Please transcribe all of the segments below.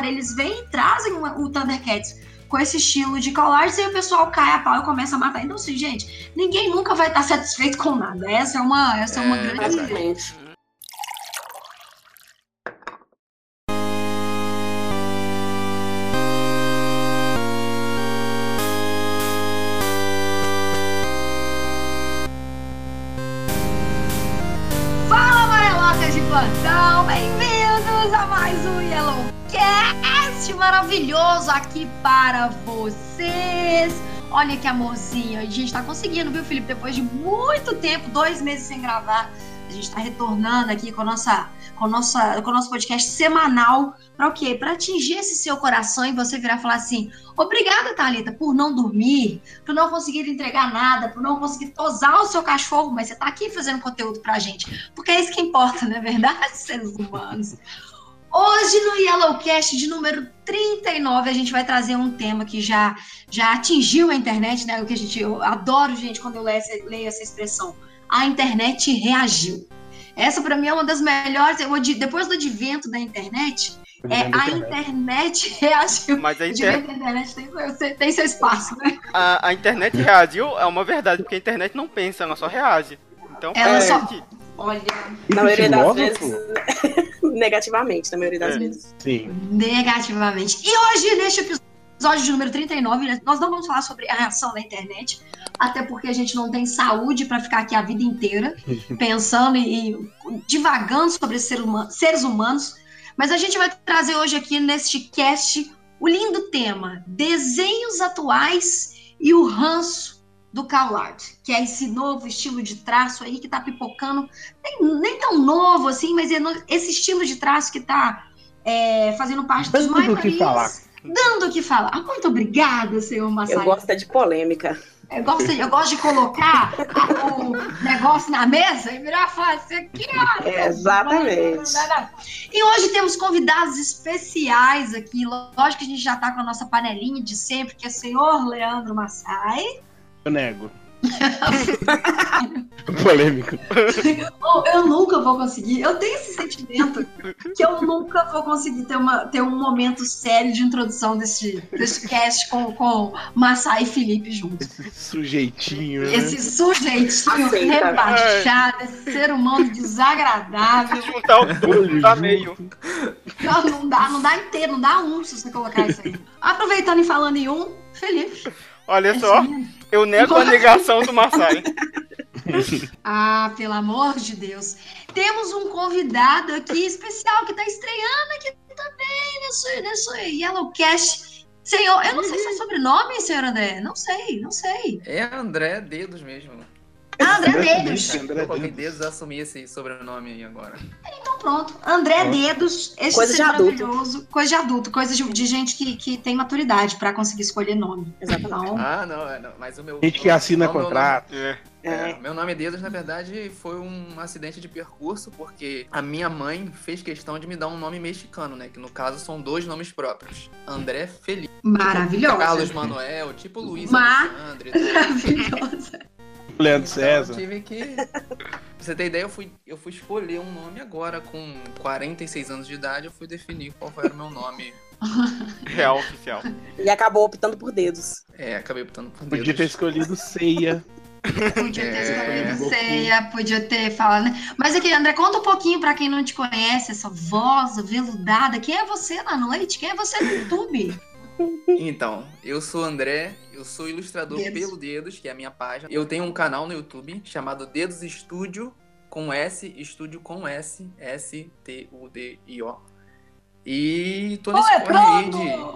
agora eles vêm e trazem o Thundercats com esse estilo de Call-Arts, e aí o pessoal cai a pau e começa a matar. Então, assim, gente, ninguém nunca vai estar satisfeito com nada. Essa é uma grande... Exatamente. Fala, amarelocas de plantão! Bem-vindos a mais um Yellowcast maravilhoso aqui para vocês! Olha que amorzinho, a gente tá conseguindo, viu, Felipe? Depois de muito tempo, 2 meses sem gravar, a gente tá retornando aqui com o nosso podcast semanal. Para o quê? Para atingir esse seu coração e você virar e falar assim: obrigada, Thalita, por não dormir, por não conseguir entregar nada, por não conseguir tosar o seu cachorro, mas você tá aqui fazendo conteúdo pra gente, porque é isso que importa, não é verdade, seres humanos? Hoje no Yellowcast de número 39, a gente vai trazer um tema que já atingiu a internet, né? Eu adoro, gente, quando eu leio essa expressão. A internet reagiu. Essa, para mim, é uma das melhores. Depois do advento da internet, a internet reagiu. Mas a internet tem seu espaço, né? A internet reagiu é uma verdade, porque a internet não pensa, ela só reage. Então, ela só... Olha... Na maioria das vezes... Negativamente, na maioria das vezes. Sim. Negativamente. E hoje, neste episódio de número 39, nós não vamos falar sobre a reação da internet, até porque a gente não tem saúde para ficar aqui a vida inteira pensando e divagando sobre seres humanos, mas a gente vai trazer hoje aqui neste cast o lindo tema: desenhos atuais e o ranço do Call-Art, que é esse novo estilo de traço aí que tá pipocando, nem tão novo assim, mas é esse estilo de traço que tá fazendo parte dos maioristas. Dando o que falar. Muito obrigada, senhor Massai. Eu gosto de polêmica. Eu gosto de colocar o negócio na mesa e virar e falar assim, aqui, ó. Exatamente. E hoje temos convidados especiais aqui. Lógico que a gente já tá com a nossa panelinha de sempre, que é o senhor Leandro Massai. Eu nego. Polêmico. Eu nunca vou conseguir. Eu tenho esse sentimento que eu nunca vou conseguir ter um momento sério de introdução desse cast com Massai e Felipe juntos. Esse sujeitinho, né? Esse sujeitinho rebaixado, esse ser humano desagradável. Juntar o tudo, tá meio. Não dá inteiro, não dá um se você colocar isso aí. Aproveitando e falando em um, Felipe. Olha só, eu nego a negação do Massai. Ah, pelo amor de Deus. Temos um convidado aqui especial que está estreando aqui também nesse Yellowcast. Senhor, eu não sei se é sobrenome, senhor André. Não sei. É André Dedos mesmo. André Dedos. Eu coloquei Dedos, assumi esse sobrenome aí agora. Então pronto. André Dedos, esse coisa ser de maravilhoso. Coisa de adulto, coisa de gente que tem maturidade para conseguir escolher nome. Exatamente. Então, Não, mas o meu... Gente que assina contrato. Meu nome Dedos, na verdade, foi um acidente de percurso, porque a minha mãe fez questão de me dar um nome mexicano, né? Que no caso são 2 nomes próprios. André Felipe. maravilhosa. Carlos Manuel, tipo Luiz Alexandre. Maravilhosa. Leandro Então, César. eu tive que... Pra você ter ideia, eu fui escolher um nome agora, com 46 anos de idade, eu fui definir qual era o meu nome. Real, oficial. E acabou optando por Dedos. Acabei optando por Dedos. Podia ter escolhido Ceia. Podia ter escolhido ceia, podia ter falado, né? Mas aqui, André, conta um pouquinho pra quem não te conhece, essa voz aveludada. Quem é você na noite? Quem é você no YouTube? Então, eu sou André, eu sou ilustrador pelo Dedos, que é a minha página. Eu tenho um canal no YouTube chamado Dedos Estúdio, com S, Estúdio com S, S-T-U-D-I-O. E tô nesse corre aí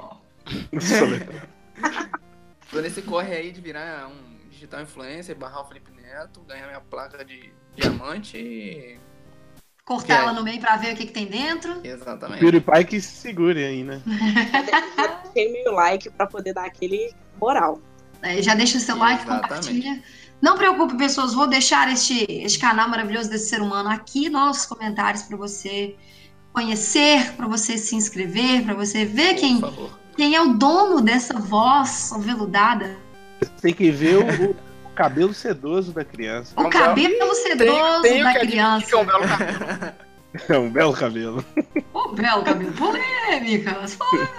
tô nesse corre aí de virar um digital influencer, barrar o Felipe Neto, ganhar minha placa de diamante e... Cortar ela no meio pra ver o que tem dentro. Exatamente. PewDiePie que se segure aí, né? Tem meio like pra poder dar aquele moral. Já deixa o seu like, compartilha. Não preocupe, pessoas, vou deixar este canal maravilhoso desse ser humano aqui nos comentários para você conhecer, para você se inscrever, para você ver quem é o dono dessa voz aveludada. Tem que ver o cabelo sedoso da criança. O cabelo sedoso da criança. É um belo cabelo. É um belo cabelo. Pô, Belo cabelo. Polêmicas.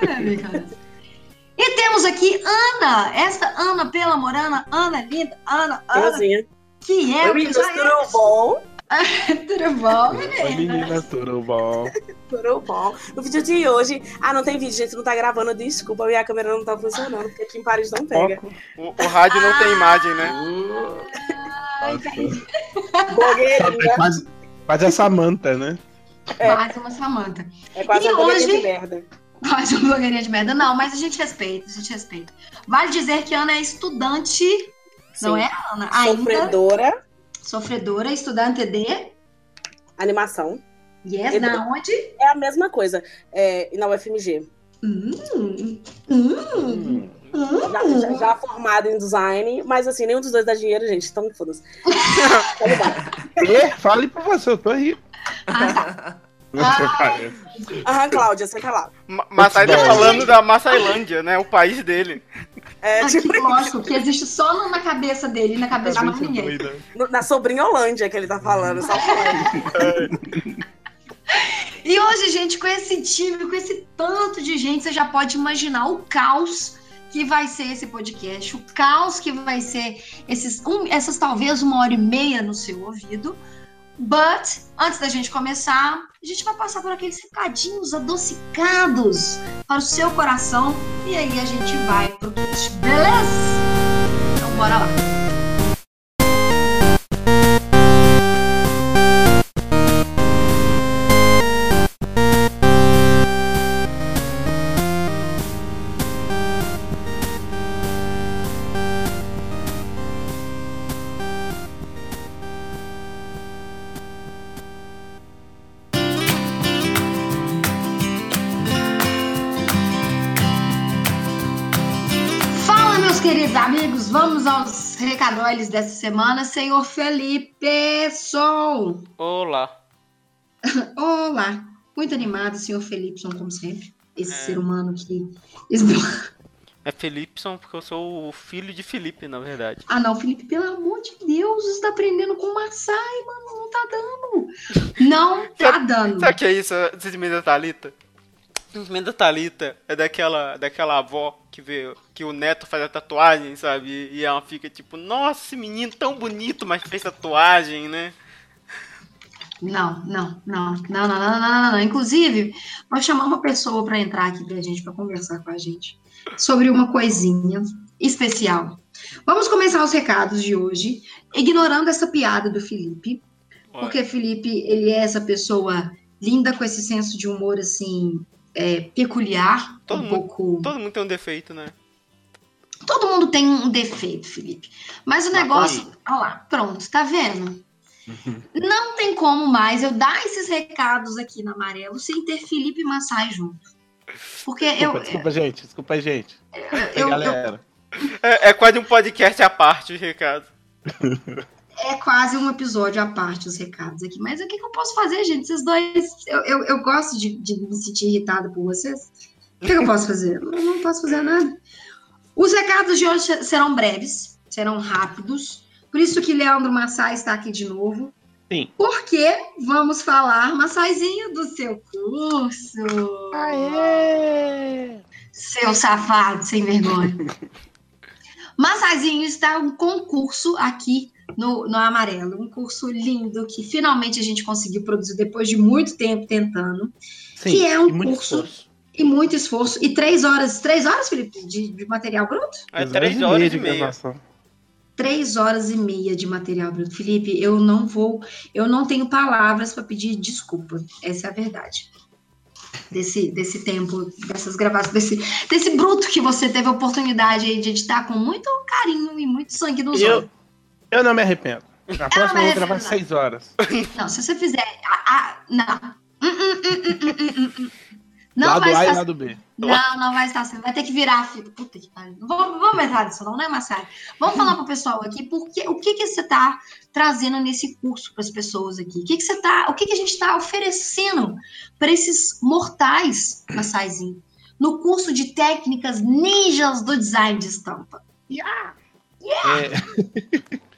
E temos aqui Ana. Esta Ana pela Morana. Ana linda. Ana. Euzinha. Que é Oi, meninas, tudo bom? Tudo bom, Oi, menina? meninas, tudo bom? Tudo bom. No vídeo de hoje... Ah, não tem vídeo, gente. Não tá gravando. Desculpa, minha câmera não tá funcionando, porque aqui em Paris não pega. O rádio não tem imagem, né? Blogueirinha. Quase a Samantha, né? Quase uma Samantha. É quase E uma blogueirinha hoje- de merda. Quase uma blogueirinha de merda. Não, mas a gente respeita. Vale dizer que Ana é estudante, não Sim. é, Ana? Ainda. Sofredora, estudante de... Animação. Yes, na onde? É a mesma coisa. Na UFMG. Já formado em design, mas assim, nenhum dos dois dá dinheiro, gente. Então, foda-se. Fale pra você, eu tô rico. Aham, Cláudia, senta lá. Massai tá falando da Massailândia, né? O país dele. Tipo, Lógico, que existe só na cabeça dele, na cabeça de mais ninguém. na sobrinha Holândia que ele tá falando, só falando. E hoje, gente, com esse time, com esse tanto de gente, você já pode imaginar o caos que vai ser esse podcast, o caos que vai ser essas talvez 1h30 no seu ouvido. But, antes da gente começar, a gente vai passar por aqueles recadinhos adocicados para o seu coração e aí a gente vai pro cast, beleza? Então bora lá. Queridos amigos, vamos aos recadóides dessa semana. Senhor Felipe Som. Olá. Olá. Muito animado, senhor Felipe Som, como sempre. Esse ser humano que... É Felipson porque eu sou o filho de Felipe, na verdade. Ah, não, Felipe, pelo amor de Deus, você tá aprendendo com o Massai, mano. Não tá dando. Não tá dando. Sabe o que é isso? Desmenda da Thalita? Desmenda da Thalita é daquela avó que vê que o neto faz a tatuagem, sabe? E ela fica tipo, nossa, esse menino tão bonito, mas fez tatuagem, né? Não. Inclusive, vou chamar uma pessoa pra entrar aqui pra gente, pra conversar com a gente sobre uma coisinha especial. Vamos começar os recados de hoje, ignorando essa piada do Felipe, porque Felipe, ele é essa pessoa linda com esse senso de humor, assim, peculiar, todo mundo tem um defeito, né? Todo mundo tem um defeito, Felipe. Mas o negócio... Olha lá, pronto, tá vendo? Não tem como mais eu dar esses recados aqui na Amarelo sem ter Felipe Massai junto. Porque Desculpa, gente. Galera. É quase um podcast à parte, Ricardo. É quase um episódio à parte os recados aqui. Mas o que eu posso fazer, gente? Vocês dois... Eu gosto de me sentir irritada por vocês. O que eu posso fazer? Eu não posso fazer nada. Os recados de hoje serão breves, serão rápidos. Por isso que Leandro Massai está aqui de novo. Sim. Porque vamos falar, Massaizinho, do seu curso. Aê! Seu safado, sem vergonha. Massaizinho está um concurso aqui no Amarelo. Um curso lindo que finalmente a gente conseguiu produzir depois de muito tempo tentando. Sim, que é um muito curso esforço. e muito esforço. E 3 horas, Felipe, de material bruto? É 3 horas e meia. gravação. 3 horas e meia de material bruto. Felipe, eu não tenho palavras para pedir desculpa. Essa é a verdade. Desse tempo, dessas gravações, desse bruto que você teve a oportunidade aí de editar com muito carinho e muito sangue nos olhos. Eu não me arrependo. Na próxima eu vou gravar 6 horas. Não, se você fizer... não. Não lado vai A estar... e lado B. Não vai estar sendo. Vai ter que virar a fita. Puta que pariu. Vamos entrar nisso, não, né, Massai? Vamos falar pro pessoal aqui o que você tá trazendo nesse curso para as pessoas aqui. O que a gente tá oferecendo para esses mortais, Massaizinho, no curso de técnicas ninjas do design de estampa.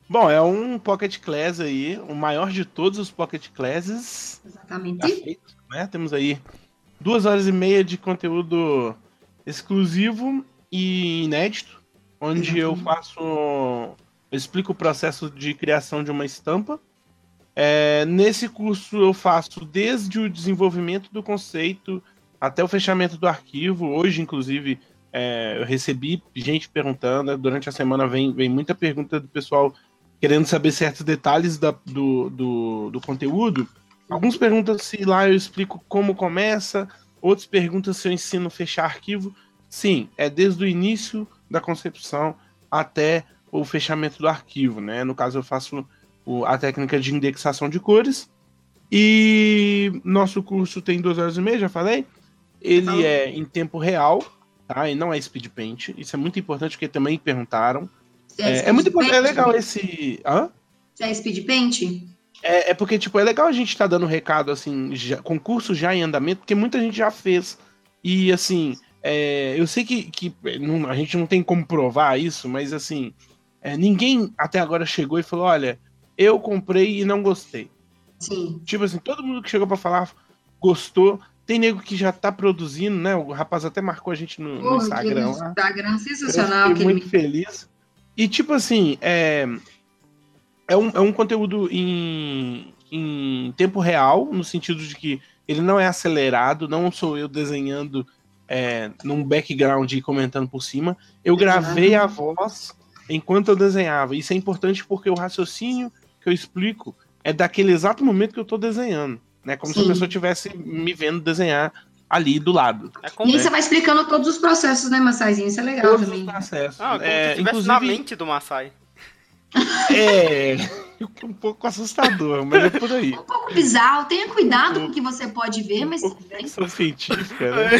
Bom, é um Pocket Class aí, o maior de todos os Pocket Classes. Já Exatamente. feito, né? Temos aí 2 horas e meia de conteúdo exclusivo e inédito, onde eu explico o processo de criação de uma estampa. Nesse curso eu faço desde o desenvolvimento do conceito até o fechamento do arquivo. Hoje, inclusive, eu recebi gente perguntando, durante a semana vem muita pergunta do pessoal querendo saber certos detalhes do conteúdo. Alguns perguntam se lá eu explico como começa, outros perguntam se eu ensino a fechar arquivo. Sim, é desde o início da concepção até o fechamento do arquivo, né? No caso, eu faço a técnica de indexação de cores. E nosso curso tem 2 horas e meia, já falei. Ele é em tempo real, tá? E não é speed paint. Isso é muito importante, porque também perguntaram. É muito importante, é legal esse... Hã? É speed paint? É porque, tipo, é legal a gente estar dando recado, assim, concurso já em andamento, porque muita gente já fez. E, assim, eu sei que a gente não tem como provar isso, mas, assim, ninguém até agora chegou e falou, olha, eu comprei e não gostei. Sim. Tipo assim, todo mundo que chegou pra falar gostou. Tem nego que já tá produzindo, né? O rapaz até marcou a gente no Instagram lá. Instagram sensacional. Eu fiquei muito feliz. E, tipo assim, é um conteúdo em tempo real, no sentido de que ele não é acelerado, não sou eu desenhando num background e comentando por cima. Eu gravei a voz enquanto eu desenhava. Isso é importante porque o raciocínio que eu explico é daquele exato momento que eu tô desenhando, né? Como se a pessoa estivesse me vendo desenhar ali do lado. E aí você vai explicando todos os processos, né, Massaizinho? Isso é legal todos também. Os processos. Como se estivesse inclusive, na mente do Massai. Um pouco assustador, mas é por aí. Um pouco bizarro. Tenha cuidado com o que você pode ver, mas... Ficção científica, né?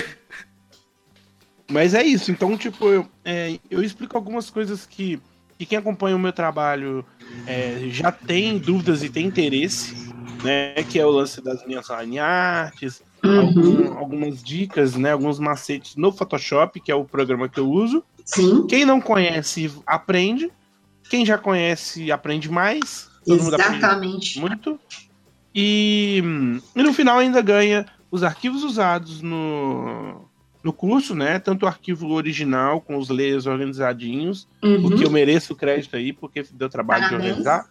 Mas é isso. Então, tipo, eu explico algumas coisas que quem acompanha o meu trabalho já tem dúvidas e tem interesse, né? Que é o lance das minhas line arts, algumas dicas, né? Alguns macetes no Photoshop, que é o programa que eu uso. Sim. Quem não conhece, aprende. Quem já conhece, aprende mais. Todo mundo aprende muito. E no final ainda ganha os arquivos usados no curso, né? Tanto o arquivo original, com os layers organizadinhos, o que eu mereço o crédito aí, porque deu trabalho de organizar.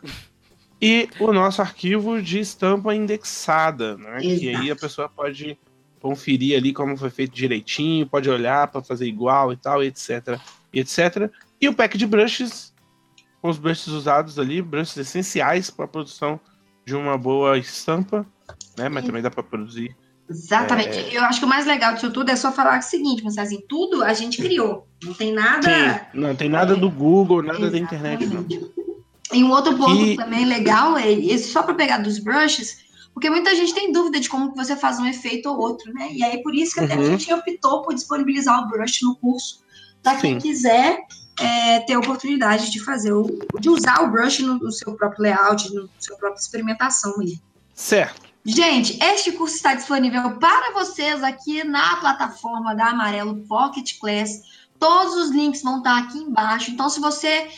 E o nosso arquivo de estampa indexada, né? Exato. Que aí a pessoa pode conferir ali como foi feito direitinho, pode olhar para fazer igual e tal, etc. E o pack de brushes, com os brushes usados ali, brushes essenciais para a produção de uma boa estampa, né? Mas também dá para produzir. Exatamente. Eu acho que o mais legal disso tudo é só falar o seguinte, mas assim, tudo a gente criou. Não tem nada... Sim, não tem nada do Google, nada da internet, não. E um outro ponto também legal é esse, só para pegar dos brushes, porque muita gente tem dúvida de como que você faz um efeito ou outro, né? E aí por isso que até a gente optou por disponibilizar o brush no curso, para quem quiser ter a oportunidade de fazer de usar o brush no seu próprio layout, no seu própria experimentação aí. Certo. Gente, este curso está disponível para vocês aqui na plataforma da Amarelo Pocket Class. Todos os links vão estar aqui embaixo. Então, se você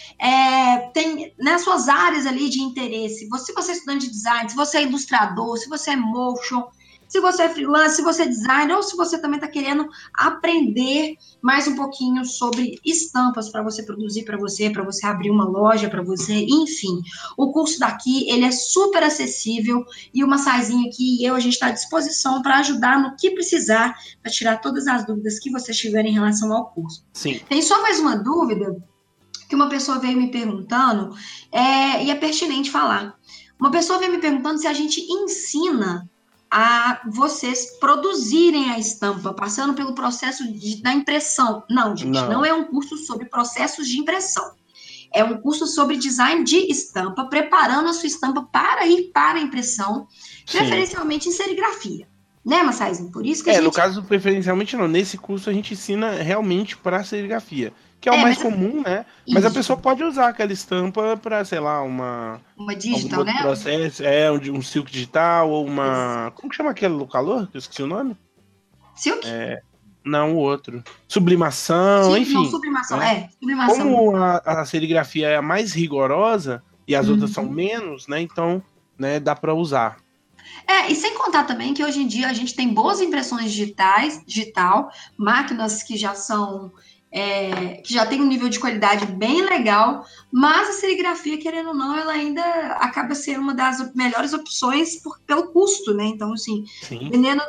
tem nas suas áreas ali de interesse, se você é estudante de design, se você é ilustrador, se você é motion, se você é freelance, se você é designer, ou se você também está querendo aprender mais um pouquinho sobre estampas para você produzir para você abrir uma loja para você, enfim. O curso daqui, ele é super acessível e o Massaizinho aqui e a gente está à disposição para ajudar no que precisar, para tirar todas as dúvidas que vocês tiverem em relação ao curso. Sim. Tem só mais uma dúvida que uma pessoa veio me perguntando, e é pertinente falar. Uma pessoa veio me perguntando se a gente ensina a vocês produzirem a estampa, passando pelo processo da impressão. Não, gente, não é um curso sobre processos de impressão. É um curso sobre design de estampa, preparando a sua estampa para ir para a impressão, preferencialmente em serigrafia. Né, Massaizinho? Por isso que a gente... no caso, preferencialmente não. Nesse curso a gente ensina realmente para serigrafia, que é o mais comum, né? Mas a pessoa pode usar aquela estampa para, sei lá, uma digital, né? Processo, um silk digital ou uma... Como que chama aquele do calor? Que eu esqueci o nome. Silk? Não, o outro. Sublimação, enfim. Não, sublimação, né? sublimação. Como a serigrafia é a mais rigorosa, e as outras são menos, né? Então, né, dá para usar. E sem contar também que hoje em dia a gente tem boas impressões digital, máquinas que já são, que já tem um nível de qualidade bem legal, mas a serigrafia, querendo ou não, ela ainda acaba sendo uma das melhores opções pelo custo, né? Então, assim, dependendo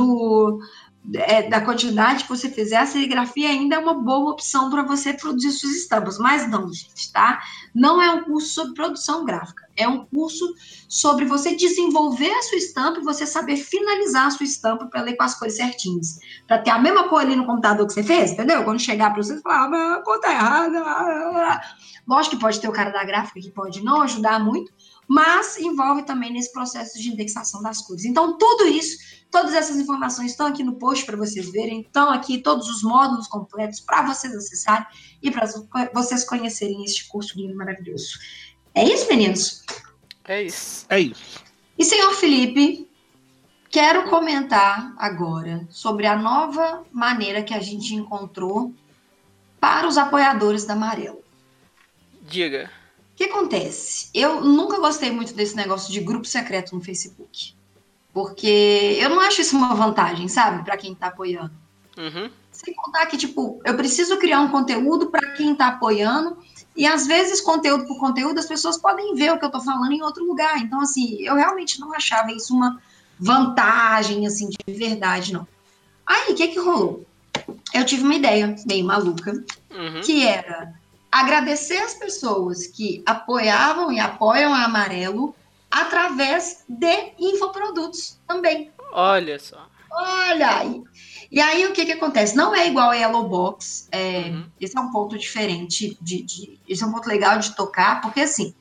da quantidade que você fizer, a serigrafia ainda é uma boa opção para você produzir suas estampas, mas não, gente, tá? Não é um curso sobre produção gráfica, é um curso sobre você desenvolver a sua estampa e você saber finalizar a sua estampa para ler com as cores certinhas, para ter a mesma cor ali no computador que você fez, entendeu? Quando chegar para você falar, a cor tá errada. Lógico que pode ter o cara da gráfica que pode não ajudar muito, mas envolve também nesse processo de indexação das cores. Então, tudo isso, todas essas informações estão aqui no post para vocês verem, estão aqui todos os módulos completos para vocês acessarem e para vocês conhecerem este curso lindo e maravilhoso. É isso, meninos? É isso. É isso. E, senhor Felipe, quero comentar agora sobre a nova maneira que a gente encontrou para os apoiadores da Amarelo. Diga. O que acontece? Eu nunca gostei muito desse negócio de grupo secreto no Facebook. Porque eu não acho isso uma vantagem, sabe? Para quem tá apoiando. Uhum. Sem contar que, tipo, eu preciso criar um conteúdo para quem tá apoiando. E, às vezes, conteúdo por conteúdo, as pessoas podem ver o que eu tô falando em outro lugar. Então, assim, eu realmente não achava isso uma vantagem, assim, de verdade, não. Aí, o que rolou? Eu tive uma ideia bem maluca, que era agradecer as pessoas que apoiavam e apoiam a Amarelo através de infoprodutos também. Olha só. Olha aí. E aí, o que acontece? Não é igual a Yellow Box. Esse é um ponto diferente, esse é um ponto legal de tocar, porque assim,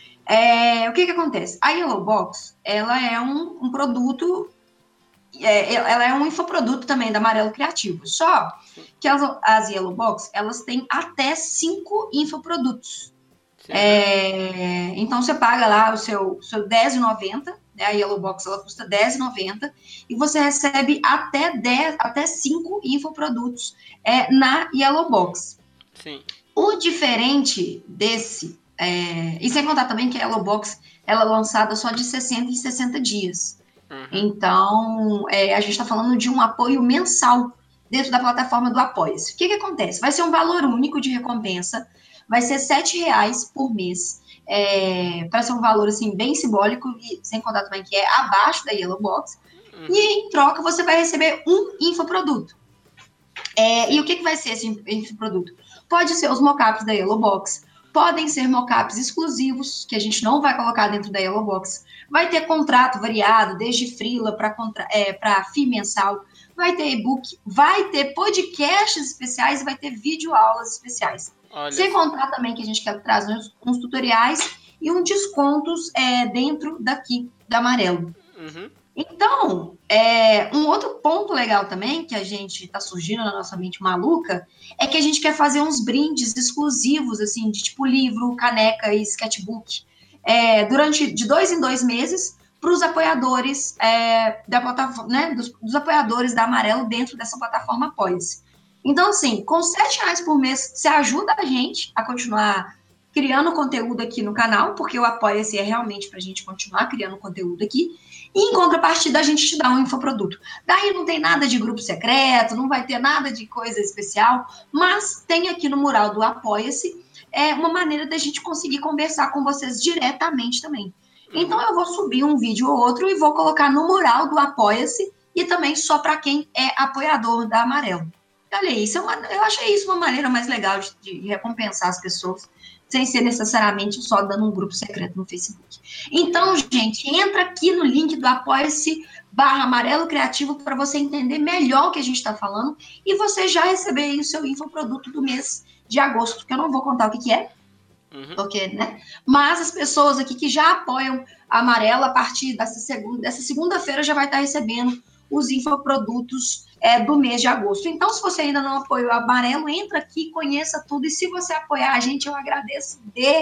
o que acontece? A Yellow Box, ela é um produto, ela é um infoproduto também da Amarelo Criativo, só que as Yellow Box, elas têm até 5 infoprodutos. Então, você paga lá o seu R$10,90, né? A Yellow Box, ela custa R$10,90, e você recebe até 5 infoprodutos na Yellow Box. Sim. O diferente desse, e sem contar também que a Yellow Box, ela é lançada só de 60 em 60 dias. Então, a gente está falando de um apoio mensal dentro da plataforma do Apoia-se. O que acontece? Vai ser um valor único de recompensa, vai ser R$7 por mês, para ser um valor assim, bem simbólico, e sem contar também que é abaixo da Yellow Box, e em troca você vai receber um infoproduto. E o que vai ser esse infoproduto? Pode ser os mockups da Yellow Box, podem ser mockups exclusivos, que a gente não vai colocar dentro da Yellow Box, vai ter contrato variado, desde freela para FII mensal, vai ter e-book, vai ter podcasts especiais e vai ter videoaulas especiais. Olha. Sem contar também que a gente quer trazer uns tutoriais e uns descontos dentro daqui da Amarelo. Então, um outro ponto legal também, que a gente está surgindo na nossa mente maluca, é que a gente quer fazer uns brindes exclusivos, assim, de tipo livro, caneca e sketchbook, de 2 em 2 meses, para os apoiadores da plataforma, né, dos apoiadores da Amarelo dentro dessa plataforma Apoia-se. Então, assim, com R$7 por mês, você ajuda a gente a continuar criando conteúdo aqui no canal, porque o Apoia-se é realmente para a gente continuar criando conteúdo aqui, e em contrapartida a gente te dá um infoproduto. Daí não tem nada de grupo secreto, não vai ter nada de coisa especial, mas tem aqui no mural do Apoia-se uma maneira da gente conseguir conversar com vocês diretamente também. Então eu vou subir um vídeo ou outro e vou colocar no mural do Apoia-se e também só para quem é apoiador da Amarelo. Olha isso, eu achei isso uma maneira mais legal de recompensar as pessoas, sem ser necessariamente só dando um grupo secreto no Facebook. Então, gente, entra aqui no link do Apoia-se/Amarelo Criativo para você entender melhor o que a gente está falando e você já receber aí o seu infoproduto do mês de agosto, que eu não vou contar o que é, porque, né? Mas as pessoas aqui que já apoiam a Amarelo, a partir dessa segunda-feira já vai estar recebendo os infoprodutos do mês de agosto. Então, se você ainda não apoiou a Amarelo, entra aqui, conheça tudo. E se você apoiar a gente, eu agradeço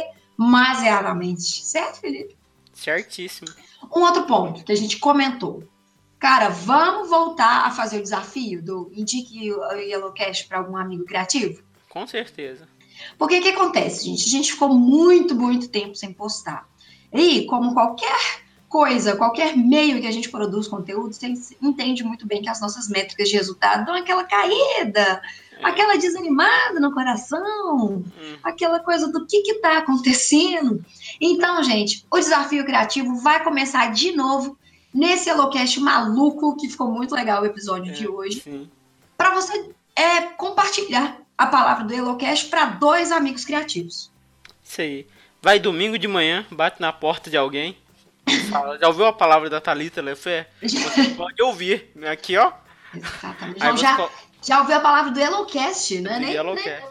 demasiadamente. Certo, Felipe? Certíssimo. Um outro ponto que a gente comentou. Cara, vamos voltar a fazer o desafio do Indique o Yellowcast para algum amigo criativo? Com certeza. Porque o que acontece, gente? A gente ficou muito, muito tempo sem postar. E como qualquer coisa, qualquer meio que a gente produz conteúdo, você entende muito bem que as nossas métricas de resultado dão aquela caída, aquela desanimada no coração, aquela coisa do que está acontecendo. Então, gente, o desafio criativo vai começar de novo nesse Elocast maluco, que ficou muito legal o episódio de hoje, para você compartilhar a palavra do Elocast para 2 amigos criativos. Isso aí. Vai domingo de manhã, bate na porta de alguém, fala, já ouviu a palavra da Thalita Lefé? Você pode ouvir. Aqui, ó. Exatamente. Já ouviu a palavra do Yellowcast, né? Nem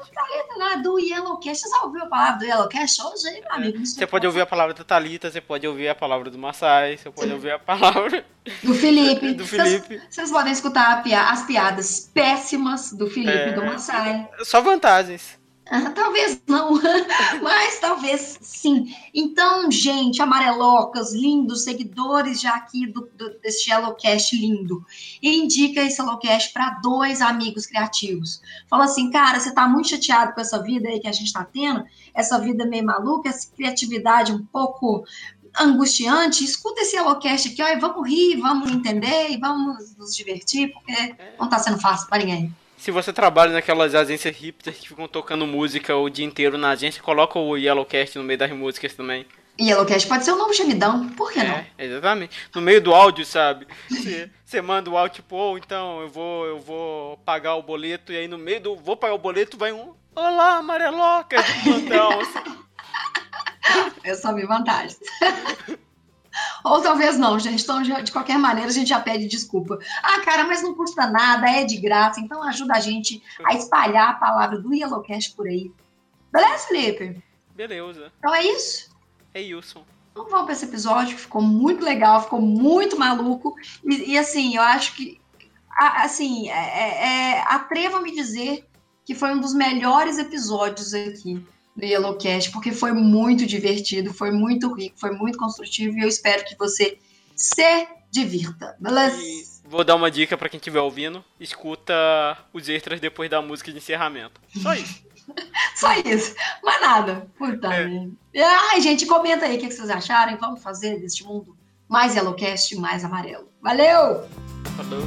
do Yellowcast. Você já ouviu a palavra do Yellowcast hoje, meu amigo? Você pode ouvir a palavra da Thalita, você pode ouvir a palavra do Massai, você pode ouvir a palavra do Felipe. Vocês podem escutar as piadas péssimas do Felipe e do Massai. Só vantagens. Talvez não, mas talvez sim. Então, gente, amarelocas, lindos, seguidores já aqui desse Yellowcast lindo, indica esse Yellowcast para 2 amigos criativos. Fala assim, cara, você tá muito chateado com essa vida aí que a gente tá tendo, essa vida meio maluca, essa criatividade um pouco angustiante, escuta esse Yellowcast aqui, ó, e vamos rir, vamos entender e vamos nos divertir, porque não tá sendo fácil para ninguém. Se você trabalha naquelas agências hipsters que ficam tocando música o dia inteiro na agência, coloca o Yellowcast no meio das músicas também. Yellowcast pode ser o novo gemidão, por que não? Exatamente. No meio do áudio, sabe? Você manda o áudio, tipo, então eu vou pagar o boleto, e aí no meio do vou pagar o boleto vai um olá, amareloca, de plantão, assim. Eu só vi vantagens. Ou talvez não, gente. Então, de qualquer maneira, a gente já pede desculpa. Ah, cara, mas não custa nada, é de graça. Então, ajuda a gente a espalhar a palavra do Yellowcast por aí. Beleza, Felipe? Beleza. Então é isso? É isso. Então vamos para esse episódio, que ficou muito legal, ficou muito maluco. E assim, eu acho que... Assim, atrevo-me a dizer que foi um dos melhores episódios aqui do Yellowcast, porque foi muito divertido, foi muito rico, foi muito construtivo e eu espero que você se divirta, beleza? E vou dar uma dica pra quem estiver ouvindo, escuta os extras depois da música de encerramento. Só isso. Só isso, mais nada. Puta merda. Ai, gente, comenta aí o que vocês acharam e vamos fazer deste mundo mais Yellowcast, mais amarelo. Valeu! Falou!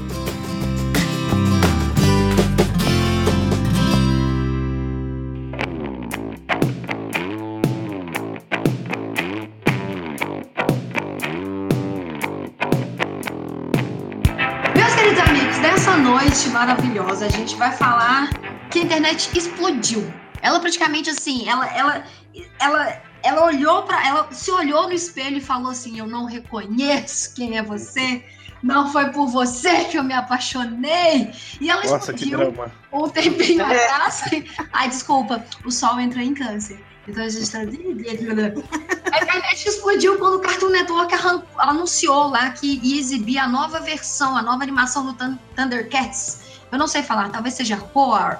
Nessa noite maravilhosa, a gente vai falar que a internet explodiu. Ela praticamente assim, ela olhou ela se olhou no espelho e falou assim: eu não reconheço quem é você, não foi por você que eu me apaixonei. E ela explodiu um tempinho atrás. Ai, desculpa, o sol entrou em câncer. Então a gente tá... A internet explodiu quando o Cartoon Network anunciou lá que ia exibir a nova versão, a nova animação do Thundercats. Eu não sei falar, talvez seja Roar.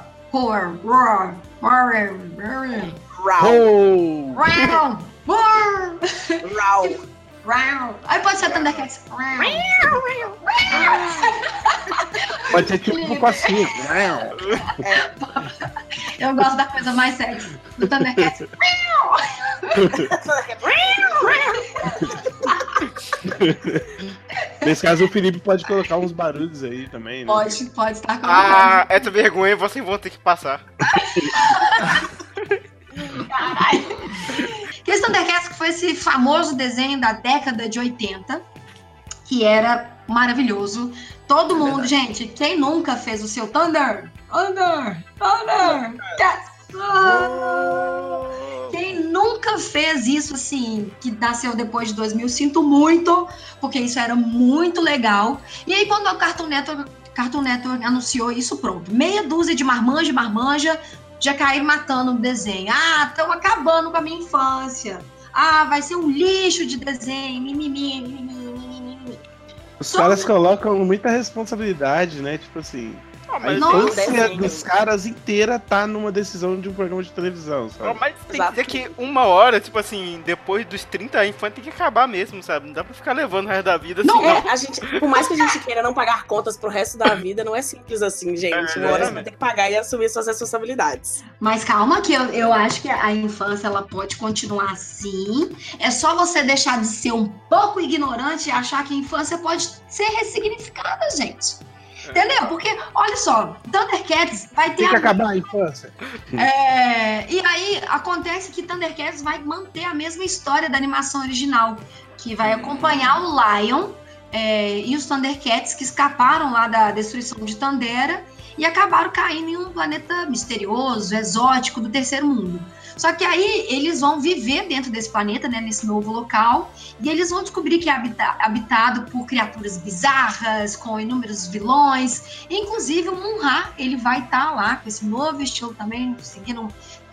Aí pode ser Thundercats. Pode ser tipo um passinho. Eu gosto da coisa mais sexy do Thundercats. Nesse caso, o Felipe pode colocar uns barulhos aí também, né? Pode estar colocando. Ah, essa vergonha vocês vão ter que passar. Caralho. Que esse Thundercats que foi esse famoso desenho da década de 80, que era maravilhoso. Todo mundo, gente, quem nunca fez o seu Thunder? Quem nunca fez isso, assim, que nasceu depois de 2000, sinto muito, porque isso era muito legal. E aí, quando o Cartoon Network anunciou isso, pronto. Meia dúzia de marmanja, já caíram matando o desenho. Ah, estão acabando com a minha infância. Ah, vai ser um lixo de desenho. Os caras colocam muita responsabilidade, né? Tipo assim... Ah, A mas, Nossa. infância dos caras inteira tá numa decisão de um programa de televisão, ah, sabe? mas tem que Exato. dizer que uma hora, tipo assim, depois dos 30, a infância tem que acabar mesmo, sabe? Não dá pra ficar levando o resto da vida assim, Não, não. a gente, por mais que a gente queira não pagar contas pro resto da vida, não é simples assim, gente. Uma hora você vai ter que pagar e assumir suas responsabilidades. Mas calma que eu acho que a infância ela pode continuar assim. É só você deixar de ser um pouco ignorante e achar que a infância pode ser ressignificada, gente. Entendeu? Porque, olha só, Thundercats vai ter Tem que acabar a infância. E aí acontece que Thundercats vai manter a mesma história da animação original, que vai acompanhar o Lion e os Thundercats que escaparam lá da destruição de Thundera e acabaram caindo em um planeta misterioso, exótico do terceiro mundo. Só que aí eles vão viver dentro desse planeta, né, nesse novo local, e eles vão descobrir que é habitado por criaturas bizarras, com inúmeros vilões. Inclusive o Munra, ele vai estar lá com esse novo estilo também, seguindo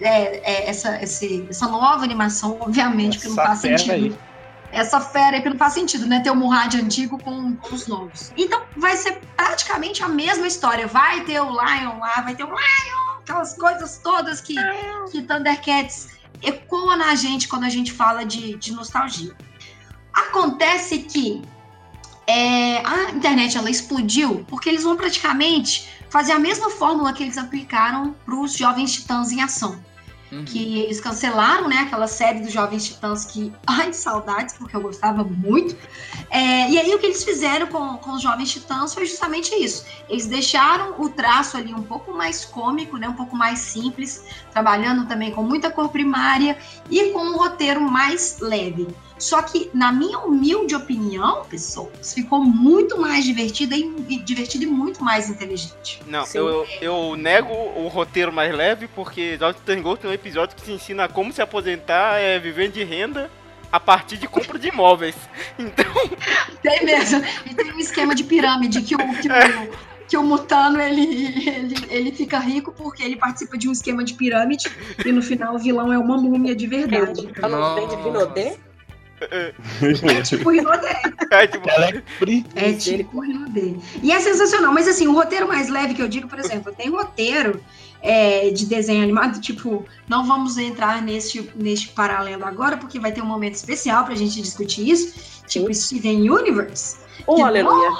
essa nova animação, obviamente, que não faz sentido. Aí. Essa fera aí que não faz sentido, né? Ter o Murad antigo com os novos. Então, vai ser praticamente a mesma história. Vai ter o Lion lá, vai ter o Lion, aquelas coisas todas que Thundercats ecoa na gente quando a gente fala de nostalgia. Acontece que a internet ela explodiu porque eles vão praticamente fazer a mesma fórmula que eles aplicaram para os Jovens Titãs em Ação. Que eles cancelaram, né, aquela série dos Jovens Titãs que, ai, saudades, porque eu gostava muito. E aí o que eles fizeram com os Jovens Titãs foi justamente isso. Eles deixaram o traço ali um pouco mais cômico, né, um pouco mais simples, trabalhando também com muita cor primária e com um roteiro mais leve. Só que, na minha humilde opinião, pessoas, ficou muito mais divertido e muito mais inteligente. Não, Sim. eu nego o roteiro mais leve, porque Dr. Tango tem um episódio que te ensina como se aposentar vivendo de renda a partir de compra de imóveis. Então, Tem mesmo. E tem um esquema de pirâmide que o Mutano ele fica rico porque ele participa de um esquema de pirâmide e no final o vilão é uma múmia de verdade. Eu não vem de Vinodê? É tipo Rinodê. É tipo Rinodê. E é sensacional, mas assim, o roteiro mais leve que eu digo, por exemplo, tem roteiro de desenho animado, tipo, não vamos entrar neste paralelo agora, porque vai ter um momento especial pra gente discutir isso, tipo Steven Universe. Oh, aleluia.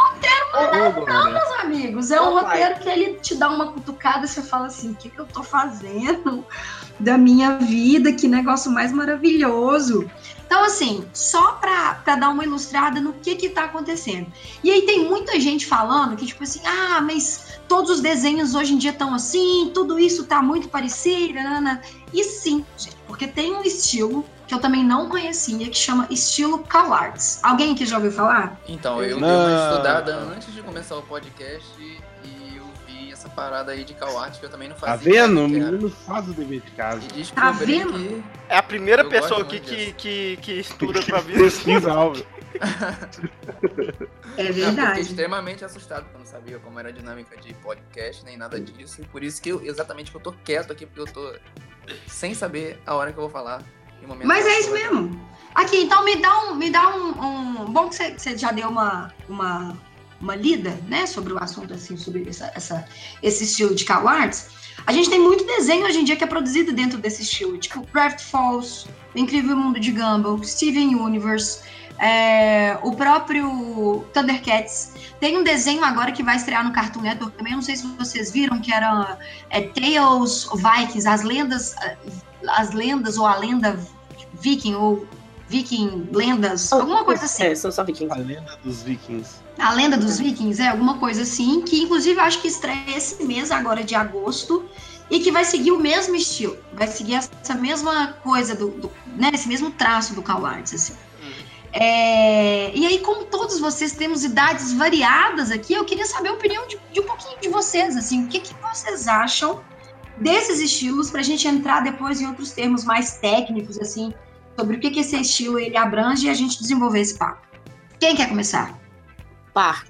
Meus amigos, é um roteiro que ele te dá uma cutucada e você fala assim, o que eu tô fazendo da minha vida, que negócio mais maravilhoso. Então, assim, só pra dar uma ilustrada no que tá acontecendo. E aí tem muita gente falando que, tipo assim, mas todos os desenhos hoje em dia estão assim, tudo isso tá muito parecido, nanana. E sim, gente, porque tem um estilo que eu também não conhecia, que chama estilo CalArts. Alguém aqui já ouviu falar? Então, eu dei uma estudada antes de começar o podcast e eu vi essa parada aí de CalArts que eu também não fazia. Tá vendo? O ideia que era. menino faz o dever de casa. E descobri Tá vendo? que é a primeira Eu pessoa gosto aqui muito que estuda pra vida. Pesquisa algo. É eu fiquei verdade. extremamente assustado, porque eu não sabia como era a dinâmica de podcast, nem nada disso. E por isso que exatamente que eu tô quieto aqui, porque eu tô sem saber a hora que eu vou falar. Em um momento Mas que eu é isso vou- mesmo. Aqui, então me dá um... Bom que você já deu uma lida, né, sobre o assunto, assim, sobre esse estilo de CalArts. A gente tem muito desenho hoje em dia que é produzido dentro desse estilo, tipo Gravity Falls, O Incrível Mundo de Gumball, Steven Universe, o próprio Thundercats. Tem um desenho agora que vai estrear no Cartoon Network também, não sei se vocês viram, que era Tales of Vikings, as lendas ou a lenda viking, ou viking lendas, alguma coisa assim. São só vikings. A lenda dos vikings. A lenda dos vikings, alguma coisa assim, que inclusive eu acho que estreia esse mês agora de agosto, e que vai seguir o mesmo estilo, vai seguir essa mesma coisa, né, esse mesmo traço do CalArts, assim. E aí, como todos vocês temos idades variadas aqui, eu queria saber a opinião de um pouquinho de vocês, assim, o que vocês acham desses estilos, pra gente entrar depois em outros termos mais técnicos, assim, sobre o que esse estilo ele abrange e a gente desenvolver esse papo. Quem quer começar? Pá.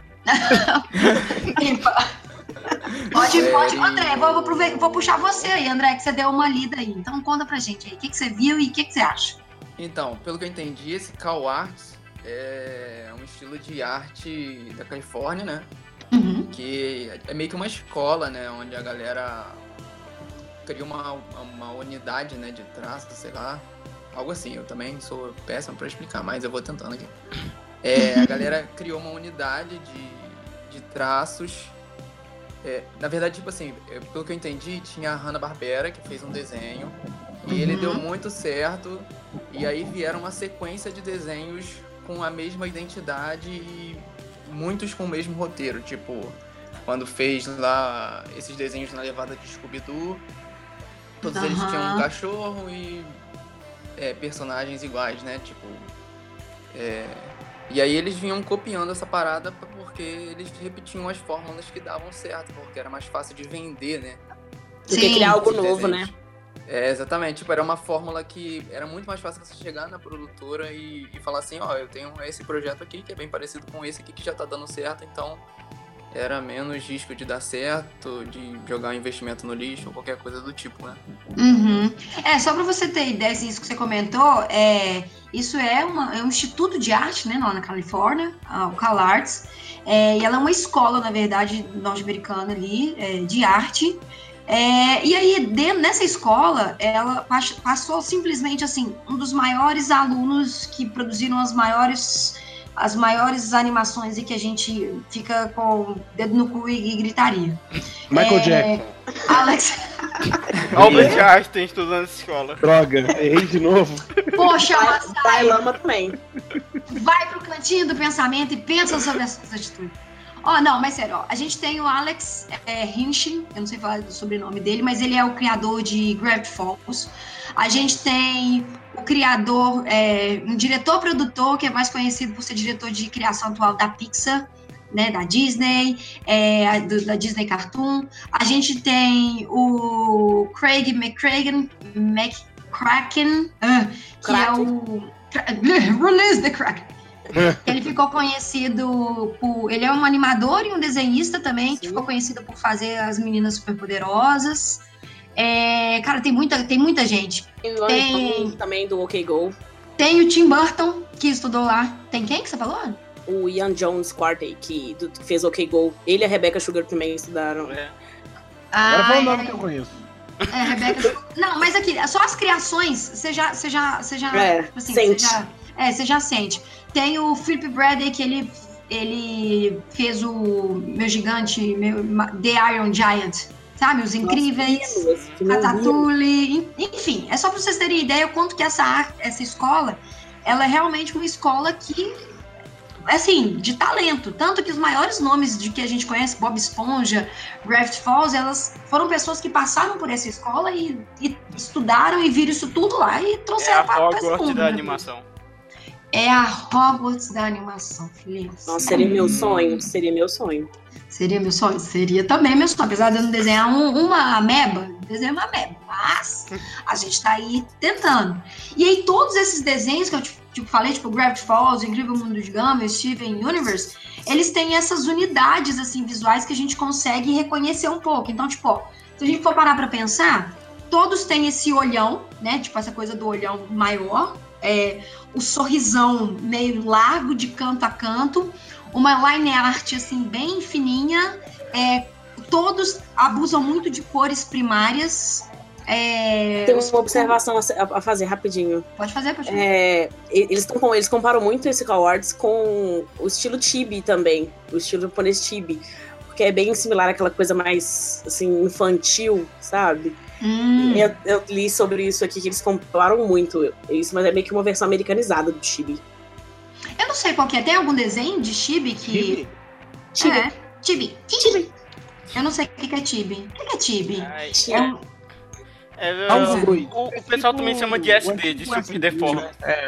Pode, André, vou puxar você aí, André, que você deu uma lida aí. Então conta pra gente aí, o que você viu e o que você acha? Então, pelo que eu entendi, esse CalArts é um estilo de arte da Califórnia, né? Uhum. que é meio que uma escola, né, onde a galera cria uma unidade, né, de traço, sei lá, algo assim. Eu também sou péssimo pra explicar, mas eu vou tentando aqui. A galera criou uma unidade de traços. Na verdade, tipo assim, pelo que eu entendi, tinha a Hanna-Barbera, que fez um desenho, e ele deu muito certo, e aí vieram uma sequência de desenhos com a mesma identidade e muitos com o mesmo roteiro, tipo, quando fez lá esses desenhos na levada de Scooby-Doo, todos eles tinham um cachorro e personagens iguais, né, tipo... E aí eles vinham copiando essa parada porque eles repetiam as fórmulas que davam certo, porque era mais fácil de vender, né? Do que criar algo novo, desenhos. né? Exatamente, tipo, era uma fórmula que era muito mais fácil você chegar na produtora e falar assim, eu tenho esse projeto aqui que é bem parecido com esse aqui que já tá dando certo, então era menos risco de dar certo, de jogar um investimento no lixo ou qualquer coisa do tipo, né? Uhum. Só pra você ter ideia, isso que você comentou, isso é um instituto de arte, né, lá na Califórnia, o CalArts, e ela é uma escola, na verdade, norte-americana ali, de arte. E aí, nessa escola, ela passou simplesmente, assim, um dos maiores alunos que produziram as maiores animações e que a gente fica com o dedo no cu e gritaria. Michael Jackson. Alex... Albert Einstein estudando nessa escola. Droga, errei de novo. Poxa, Dalai Lama também. vai pro cantinho do pensamento e pensa sobre as suas atitudes. Não, mas sério, a gente tem o Alex Hinchin, eu não sei falar do sobrenome dele, mas ele é o criador de Gravity Falls. A gente tem o criador, um diretor-produtor, que é mais conhecido por ser diretor de criação atual da Pixar, né, da Disney, da Disney Cartoon. A gente tem o Craig McCracken, que é o... Release the Kraken. Ele ficou conhecido por... Ele é um animador e um desenhista também, que ficou conhecido por fazer as Meninas Superpoderosas. Cara, tem muita gente. Tem também do OK Go. Tem o Tim Burton, que estudou lá. Tem quem que você falou? O Ian Jones Quartey, que fez OK Go. Ele e a Rebecca Sugar também estudaram. Agora foi o nome que eu conheço. Rebecca... Não, mas aqui, só as criações, você já assim, sente. Você já sente. Tem o Philip Bradley, que ele fez o meu gigante, The Iron Giant, sabe? Os Incríveis, Ratatouille, enfim. É só pra vocês terem ideia o quanto que essa escola, ela é realmente uma escola que, assim, de talento. Tanto que os maiores nomes de que a gente conhece, Bob Esponja, Gravity Falls, elas foram pessoas que passaram por essa escola e estudaram e viram isso tudo lá e trouxeram para esse mundo. Da animação. É a Hogwarts da animação, filhinhos. Nossa, seria meu sonho. Seria meu sonho. Seria meu sonho? Seria também meu sonho. Apesar de eu não desenhar uma ameba, desenhar uma ameba. Mas a gente tá aí tentando. E aí todos esses desenhos que eu falei, tipo Gravity Falls, O Incrível Mundo de Gumball, Steven Universe, eles têm essas unidades assim, visuais que a gente consegue reconhecer um pouco. Então, tipo, se a gente for parar pra pensar, todos têm esse olhão, né? Tipo, essa coisa do olhão maior. O sorrisão meio largo de canto a canto, uma line art assim bem fininha, todos abusam muito de cores primárias. Tem uma observação a fazer rapidinho. Pode fazer. Eles comparam muito esse CalArts com o estilo Chibi também, o estilo japonês Chibi, porque é bem similar àquela coisa mais assim infantil, sabe? Eu li sobre isso aqui, que eles comparam muito isso, mas é meio que uma versão americanizada do Chibi. Eu não sei qual que é. Tem algum desenho de Chibi que... Chibi. Eu não sei o que é Chibi. O que é Chibi? O pessoal também chama de SD, de Super Deformed.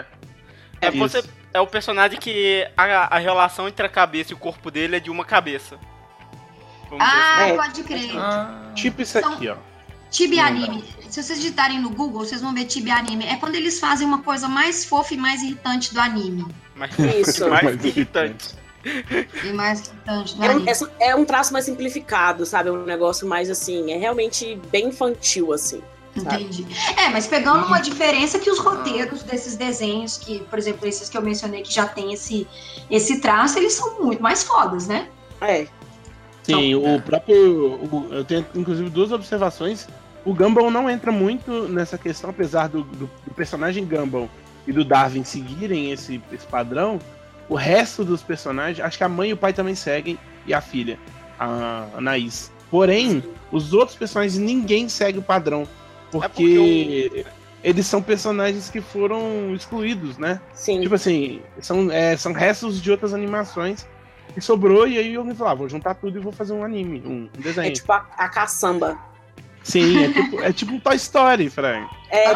É o personagem que a relação entre a cabeça e o corpo dele é de uma cabeça. Pode crer. Tipo isso aqui, ó. Chibi Anime. Se vocês digitarem no Google, vocês vão ver Chibi Anime. É quando eles fazem uma coisa mais fofa e mais irritante do anime. Isso. Mais irritante. E mais irritante do anime. É um traço mais simplificado, sabe? É um negócio mais assim, é realmente bem infantil, assim. Sabe? Entendi. Mas pegando uma diferença que os roteiros desses desenhos, que, por exemplo, esses que eu mencionei que já tem esse traço, eles são muito mais fodas, né? Sim, o próprio. Eu tenho inclusive 2 observações. O Gumball não entra muito nessa questão, apesar do personagem Gumball e do Darwin seguirem esse padrão. O resto dos personagens, acho que a mãe e o pai também seguem, e a filha, a Anaís. Porém, os outros personagens, ninguém segue o padrão. Porque eles são personagens que foram excluídos, né? Sim. Tipo assim, são restos de outras animações que sobrou, e aí eu me falava, vou juntar tudo e vou fazer um anime, um desenho. É tipo a caçamba. Sim, é tipo um Toy Story, Frank.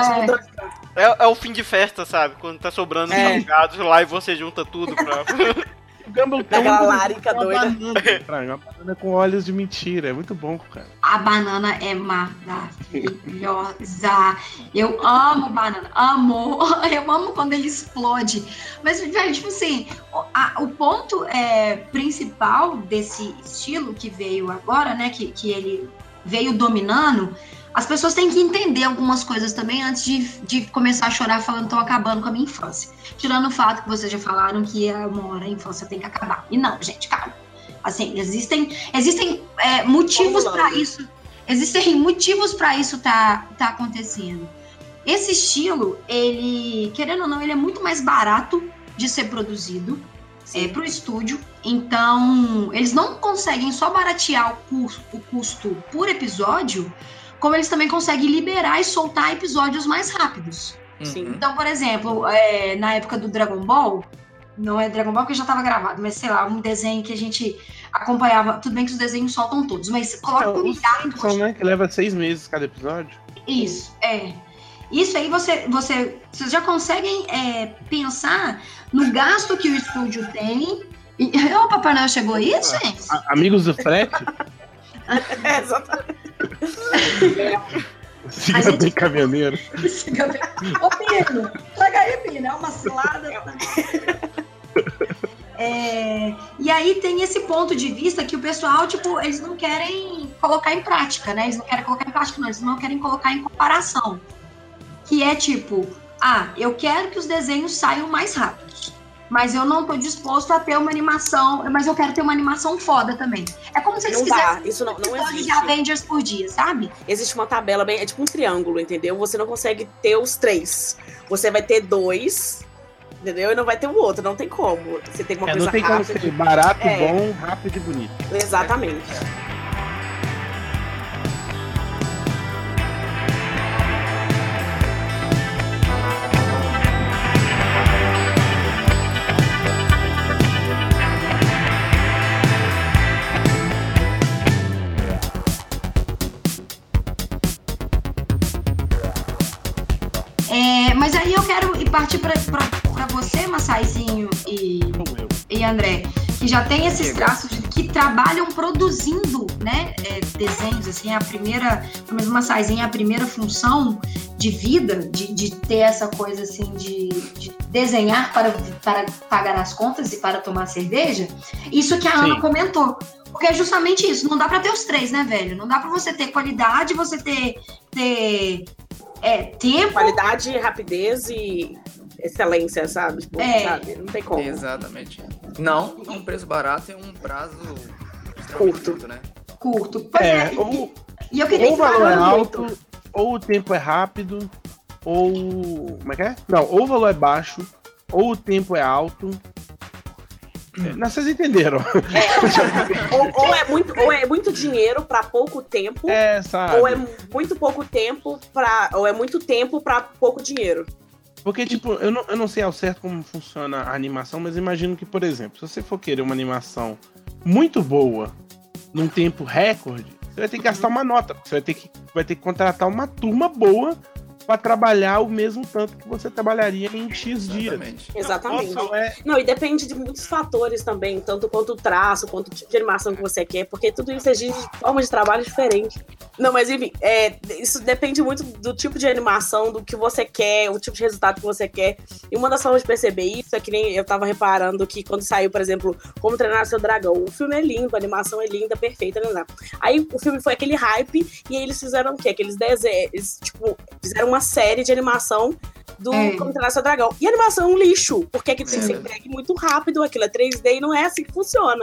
É o fim de festa, sabe? Quando tá sobrando salgados lá e você junta tudo pra... O Gumball tem aquela larica doida. Uma banana com olhos de mentira. É muito bom, cara. A banana é maravilhosa. Eu amo banana. Amo. Eu amo quando ele explode. Mas, velho, tipo assim, o ponto principal desse estilo que veio agora, né? Que ele veio dominando. As pessoas têm que entender algumas coisas também antes de começar a chorar falando que estão acabando com a minha infância. Tirando o fato que vocês já falaram que uma hora a infância tem que acabar. E não, gente, calma. Assim, existem motivos para isso. Existem motivos para isso tá acontecendo. Esse estilo, ele, querendo ou não, ele é muito mais barato de ser produzido para o estúdio. Então, eles não conseguem só baratear o custo por episódio, como eles também conseguem liberar e soltar episódios mais rápidos. Sim. Então, por exemplo, na época do Dragon Ball, não é Dragon Ball porque já estava gravado, mas sei lá, um desenho que a gente acompanhava, tudo bem que os desenhos soltam todos, mas coloca um Simpsons, né, que leva 6 meses cada episódio. Isso, Isso aí vocês já conseguem pensar no gasto que o estúdio tem. O Papai Noel chegou aí, gente? Amigos do frete? Exatamente. Siga bem, caminhoneiro. Siga bem. Ô, Pino, traga aí, Pino, é uma cilada. E aí tem esse ponto de vista que o pessoal, tipo, eles não querem colocar em prática, né? Eles não querem colocar em prática, não. Eles não querem colocar em comparação. Que é tipo, eu quero que os desenhos saiam mais rápidos. Mas eu não tô disposto a ter uma animação, mas eu quero ter uma animação foda também. É como se eles quisessem isso não existe. de Avengers por dia, sabe? Existe uma tabela é tipo um triângulo, entendeu? Você não consegue ter os 3. Você vai ter 2, entendeu? E não vai ter o outro, não tem como. Você tem uma coisa não tem rápida. como ser barato, bom, rápido e bonito. Exatamente. Mas aí eu quero partir para você, Massaizinho e André, que já tem esses traços que trabalham produzindo, né, desenhos, assim, pelo menos Massaizinho, a primeira função de vida, de ter essa coisa, assim, de desenhar para pagar as contas e para tomar cerveja, isso que a Ana comentou. Porque é justamente isso, não dá para ter os 3, né, velho? Não dá para você ter qualidade, você ter tempo. Qualidade, rapidez e excelência, sabe? Tipo, sabe? Não tem como. Exatamente. Não, um preço barato e um prazo curto, né? Curto. E eu queria ou o valor é alto, ou o tempo é rápido, ou... Como é que é? Não, ou o valor é baixo, ou o tempo é alto. Não, vocês entenderam. Ou é muito dinheiro pra pouco tempo, sabe? Ou é muito pouco tempo ou é muito tempo pra pouco dinheiro. Porque, tipo, eu não sei ao certo como funciona a animação, mas imagino que, por exemplo, se você for querer uma animação muito boa, num tempo recorde, você vai ter que gastar uma nota. Você vai ter que contratar uma turma boa para trabalhar o mesmo tanto que você trabalharia em X dias. Exatamente. Não, e depende de muitos fatores também, tanto quanto o traço, quanto o tipo de animação que você quer, porque tudo isso exige formas de trabalho diferentes. Não, mas enfim, isso depende muito do tipo de animação, do que você quer, o tipo de resultado que você quer. E uma das formas de perceber isso é que nem eu tava reparando que quando saiu, por exemplo, Como Treinar Seu Dragão, o filme é lindo, a animação é linda, perfeita, né? Aí o filme foi aquele hype, e aí eles fizeram o quê? Aqueles desenhos, tipo, fizeram uma série de animação do Como Treinar Seu Dragão. E a animação é um lixo, porque aquilo tem que ser entregue muito rápido, aquilo é 3D e não é assim que funciona.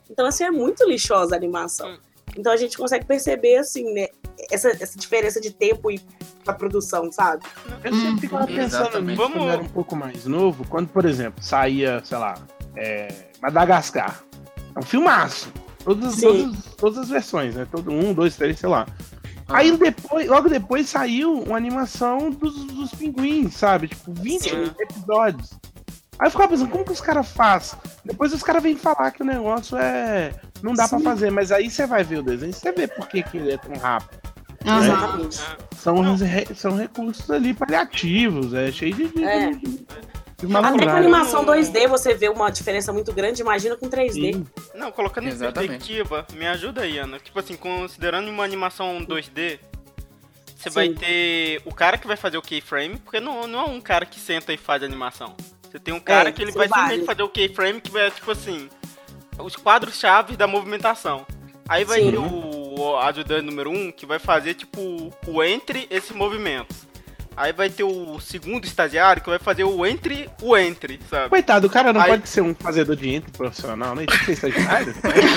Então, assim, é muito lixosa a animação. Então a gente consegue perceber, assim, né, essa diferença de tempo e da produção, sabe? Eu sempre ficava pensando nisso quando eu era um pouco mais novo, quando, por exemplo, saía, sei lá, Madagascar. É um filmaço. Todas as versões, né? Todo 1, 2, 3, sei lá. Aí logo depois saiu uma animação dos pinguins, sabe? Tipo, 20 episódios. Aí eu ficava pensando, como que os caras fazem? Depois os caras vêm falar que o negócio não dá pra fazer, mas aí você vai ver o desenho, você vê por que ele é tão rápido. Exatamente. São recursos ali paliativos, cheio de até com animação 2D você vê uma diferença muito grande, imagina com 3D. Sim. Não, colocando em perspectiva, me ajuda aí, Ana. Tipo assim, considerando uma animação 2D, você vai ter o cara que vai fazer o keyframe, porque não é um cara que senta e faz animação. Você tem um cara que ele vai simplesmente fazer o keyframe, que vai, tipo assim, os quadros-chave da movimentação. Aí vai ter o ajudante número 1, que vai fazer, tipo, o entre esses movimentos. Aí vai ter o segundo estagiário, que vai fazer o entre, sabe? Coitado, o cara não pode ser um fazedor de entre profissional, né? Tem que ser estagiário.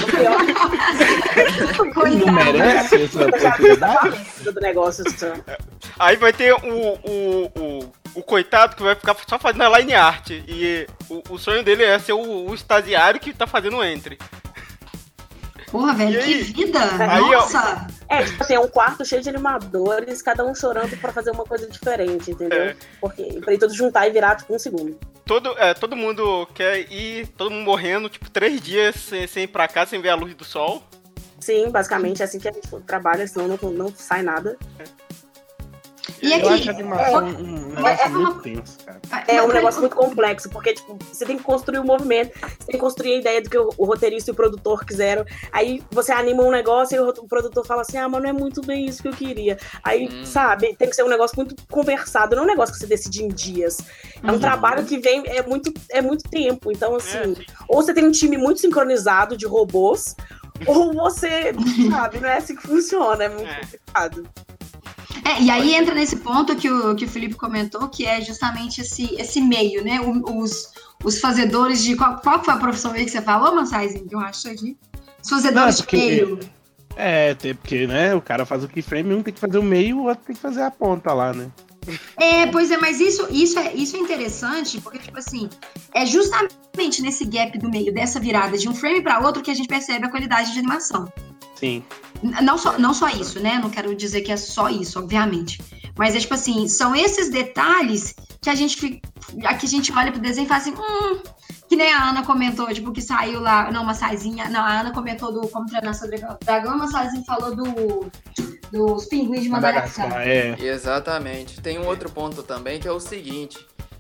Não merece essa oportunidade? Do negócio, aí vai ter o coitado que vai ficar só fazendo a line art. E o sonho dele é ser o estagiário que tá fazendo o entre. Porra, velho, que vida! Nossa! Tipo assim, é um quarto cheio de animadores, cada um chorando pra fazer uma coisa diferente, entendeu? Porque pra ir todos juntar e virar, tipo, um segundo. Todo mundo quer ir, todo mundo morrendo, tipo, 3 dias sem ir pra casa, sem ver a luz do sol. Sim, basicamente é assim que a gente trabalha, senão não sai nada. E aqui, eu acho a animação um negócio muito tenso, cara. É um negócio muito complexo, porque tipo, você tem que construir o movimento, você tem que construir a ideia do que o roteirista e o produtor quiseram. Aí você anima um negócio e o produtor fala assim, mas não é muito bem isso que eu queria. Aí, sabe, tem que ser um negócio muito conversado, não é um negócio que você decide em dias. É um trabalho que vem, é muito tempo. Então, assim, ou você tem um time muito sincronizado de robôs, ou você, sabe, não é assim que funciona, é muito complicado. E aí entra nesse ponto que o Felipe comentou, que é justamente esse meio, né? Os fazedores de... Qual foi a profissão aí que você falou, Mansaizinho? Que eu acho aqui. Os fazedores de meio. Porque, né, o cara faz o keyframe, um tem que fazer o meio, o outro tem que fazer a ponta lá, né? Pois é, mas isso é interessante, porque, tipo assim, é justamente nesse gap do meio, dessa virada de um frame para outro, que a gente percebe a qualidade de animação. Sim. Não só isso, né? Não quero dizer que é só isso, obviamente. Mas é tipo assim, são esses detalhes que a gente olha pro desenho e fala assim, que nem a Ana comentou, tipo, que saiu lá, a Ana comentou do Como Treinar Seu Dragão, mas a Saizinha falou dos pinguins de Madagascar. Exatamente. Tem um outro ponto também, que é o seguinte,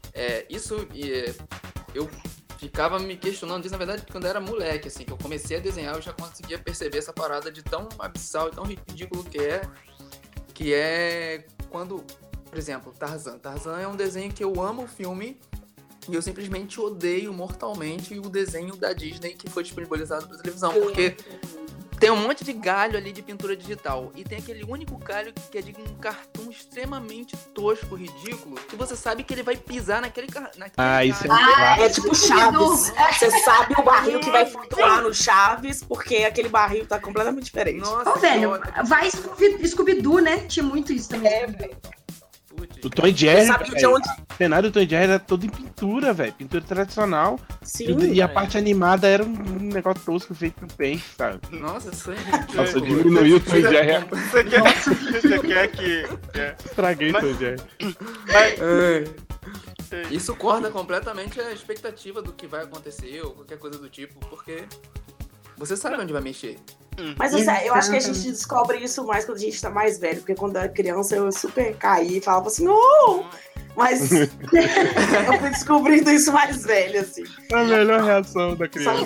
eu ficava me questionando disso, na verdade, quando eu era moleque, assim, que eu comecei a desenhar, eu já conseguia perceber essa parada de tão abissal e tão ridículo que é quando, por exemplo, Tarzan. Tarzan é um desenho que eu amo o filme e eu simplesmente odeio mortalmente o desenho da Disney que foi disponibilizado pra televisão, porque tem um monte de galho ali de pintura digital. E tem aquele único galho que é de um cartoon extremamente tosco, ridículo, que você sabe que ele vai pisar naquele isso é tipo Chaves. Você sabe o barril que vai flutuar no Chaves, porque aquele barril tá completamente diferente. Nossa, velho, vai Scooby-Doo, né? Tinha muito isso também. Velho. O Tom e Jerry, o cenário do Tom e Jerry era todo em pintura, velho. Pintura tradicional. Sim, e a parte animada era um negócio tosco feito no pente, sabe? Nossa, isso é Nossa, diminuiu o Tom e Jerry. Você quer que... Estraguei o Tom e Jerry. Isso corta completamente a expectativa do que vai acontecer ou qualquer coisa do tipo, porque você sabe onde vai mexer. Mas eu acho que a gente descobre isso mais quando a gente tá mais velho, porque quando eu era criança eu super caí e falava assim, mas eu fui descobrindo isso mais velho, assim. A melhor reação da criança.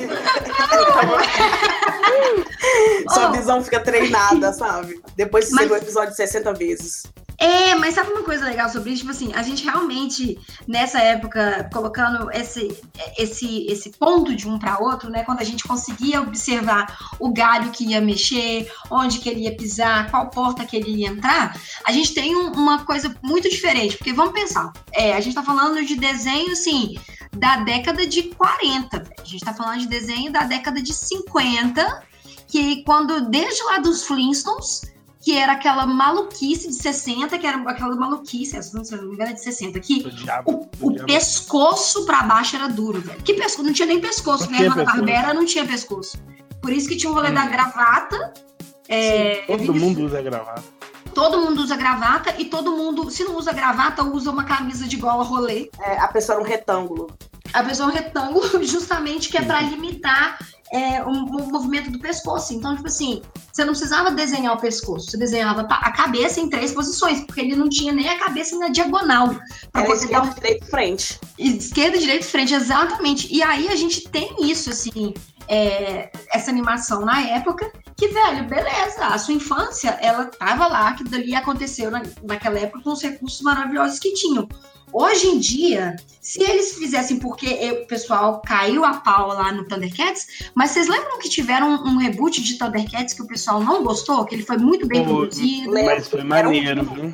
Sua visão fica treinada, sabe? Depois você vê o episódio 60 vezes. Mas sabe uma coisa legal sobre isso? Tipo assim, a gente realmente, nessa época, colocando esse ponto de um para outro, né? Quando a gente conseguia observar o galho que ia mexer, onde que ele ia pisar, qual porta que ele ia entrar, a gente tem uma coisa muito diferente. Porque vamos pensar, a gente tá falando de desenho, assim, da década de 40. A gente tá falando de desenho da década de 50, que quando, desde lá dos Flintstones, que era aquela maluquice de 60, que era aquela maluquice, se não me engano, de 60, que o pescoço pra baixo era duro, velho. Que pescoço? Não tinha nem pescoço, né? Hanna-Barbera não tinha pescoço. Por isso que tinha o rolê da gravata. Todo mundo usa gravata. Todo mundo usa gravata e todo mundo, se não usa gravata, usa uma camisa de gola rolê. A pessoa era um retângulo. A pessoa é um retângulo, justamente, que é pra limitar o movimento do pescoço. Então, tipo assim, você não precisava desenhar o pescoço, você desenhava a cabeça em 3 posições, porque ele não tinha nem a cabeça na diagonal. Era esquerda, direita e frente. Esquerda, direita e frente, exatamente. E aí a gente tem isso, assim, essa animação na época, que, velho, beleza, a sua infância, ela tava lá, que dali aconteceu naquela época com os recursos maravilhosos que tinham. Hoje em dia, se eles fizessem, porque o pessoal caiu a pau lá no Thundercats, mas vocês lembram que tiveram um reboot de Thundercats que o pessoal não gostou? Que ele foi muito bem produzido. Mas foi maneiro, viu?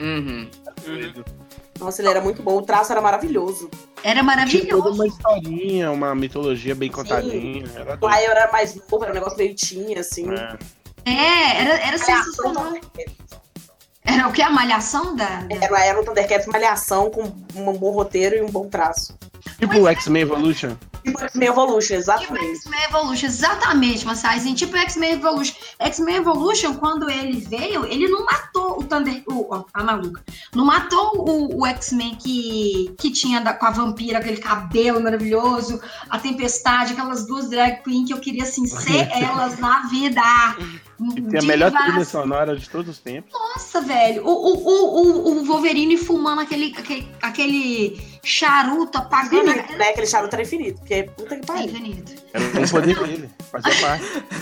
Nossa, ele era muito bom, o traço era maravilhoso. Era maravilhoso. Tinha toda uma historinha, uma mitologia bem contadinha. O Raio era mais novo, era um negócio meio tinha, assim. Era sensacional. Era o que? A malhação da... Era um Thundercats malhação com um bom roteiro e um bom traço. Tipo o X-Men Evolution. Tipo o X-Men Evolution, exatamente. Tipo o X-Men Evolution, exatamente, Massai. Tipo o X-Men Evolution. X-Men Evolution, quando ele veio, ele não matou a maluca. Não matou o X-Men que tinha com a vampira, aquele cabelo maravilhoso, a Tempestade, aquelas duas drag queens que eu queria, assim, ser elas na vida. E tem a melhor trilha sonora de todos os tempos. Nossa, velho. O Wolverine fumando aquele charuto apagando. Infinito, né? Aquele charuto era infinito, porque puta que pariu. Infinito. Era um poder dele, fazia parte.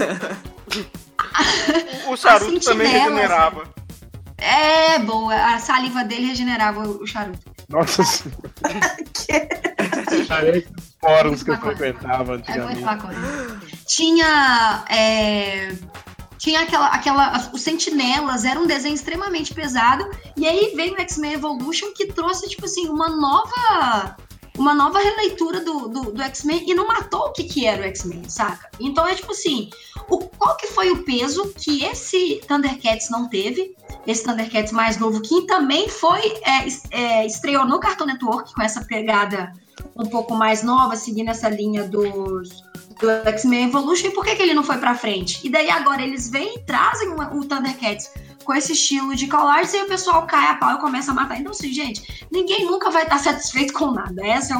O charuto também regenerava. Boa. A saliva dele regenerava o charuto. Nossa senhora. Esses fóruns que eu frequentava antigamente. Tinha os Sentinelas, era um desenho extremamente pesado, e aí veio o X-Men Evolution, que trouxe, tipo assim, uma nova releitura do X-Men, e não matou o que era o X-Men, saca? Então é tipo assim, qual que foi o peso que esse Thundercats não teve, esse Thundercats mais novo, que também estreou no Cartoon Network, com essa pegada um pouco mais nova, seguindo essa linha do X-Men Evolution, e por que ele não foi pra frente? E daí agora eles vêm e trazem o Thundercats com esse estilo de Call Arts, e aí o pessoal cai a pau e começa a matar. Então, assim, gente, ninguém nunca vai estar satisfeito com nada. Essa é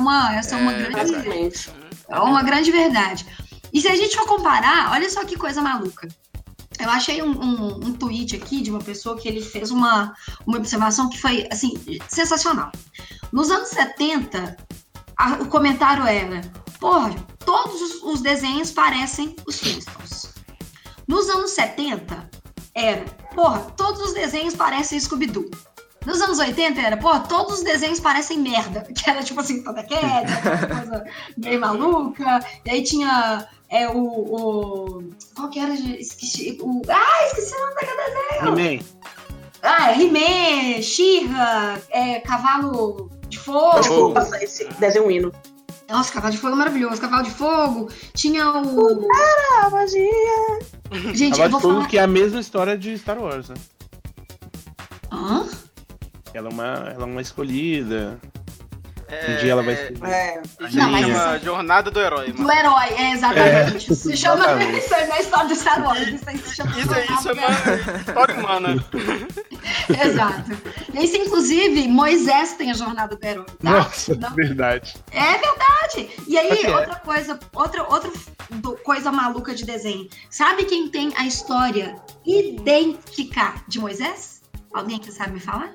uma grande verdade. E se a gente for comparar, olha só que coisa maluca. Eu achei um tweet aqui de uma pessoa que ele fez uma observação que foi, assim, sensacional. Nos anos 70, o comentário era: porra, todos os desenhos parecem os Flintstones. Nos anos 70, era: porra, todos os desenhos parecem Scooby-Doo. Nos anos 80 era: porra, todos os desenhos parecem merda. Que era tipo assim, toda queda, aquela coisa meio maluca. E aí tinha qual que era? Esqueci o nome daquele desenho. He-Man, She-Ra, Cavalo de Fogo. Nossa, esse desenho hino. Nossa, Cavalo de Fogo é maravilhoso. Cavalo de Fogo. Tinha o... magia. Gente, Cavalo de Fogo que é a mesma história de Star Wars, né? Hã? Ela é uma escolhida. Um dia ela vai ser... Isso chama Jornada do Herói, mano. Do herói, exatamente. Se chama... Isso aí não é história de Star Wars. Isso aí se chama... Isso é uma história humana. Exato. Isso, inclusive, Moisés tem a Jornada do Herói. Tá? Nossa, verdade. É verdade. E aí, outra coisa maluca de desenho. Sabe quem tem a história idêntica de Moisés? Alguém que sabe me falar?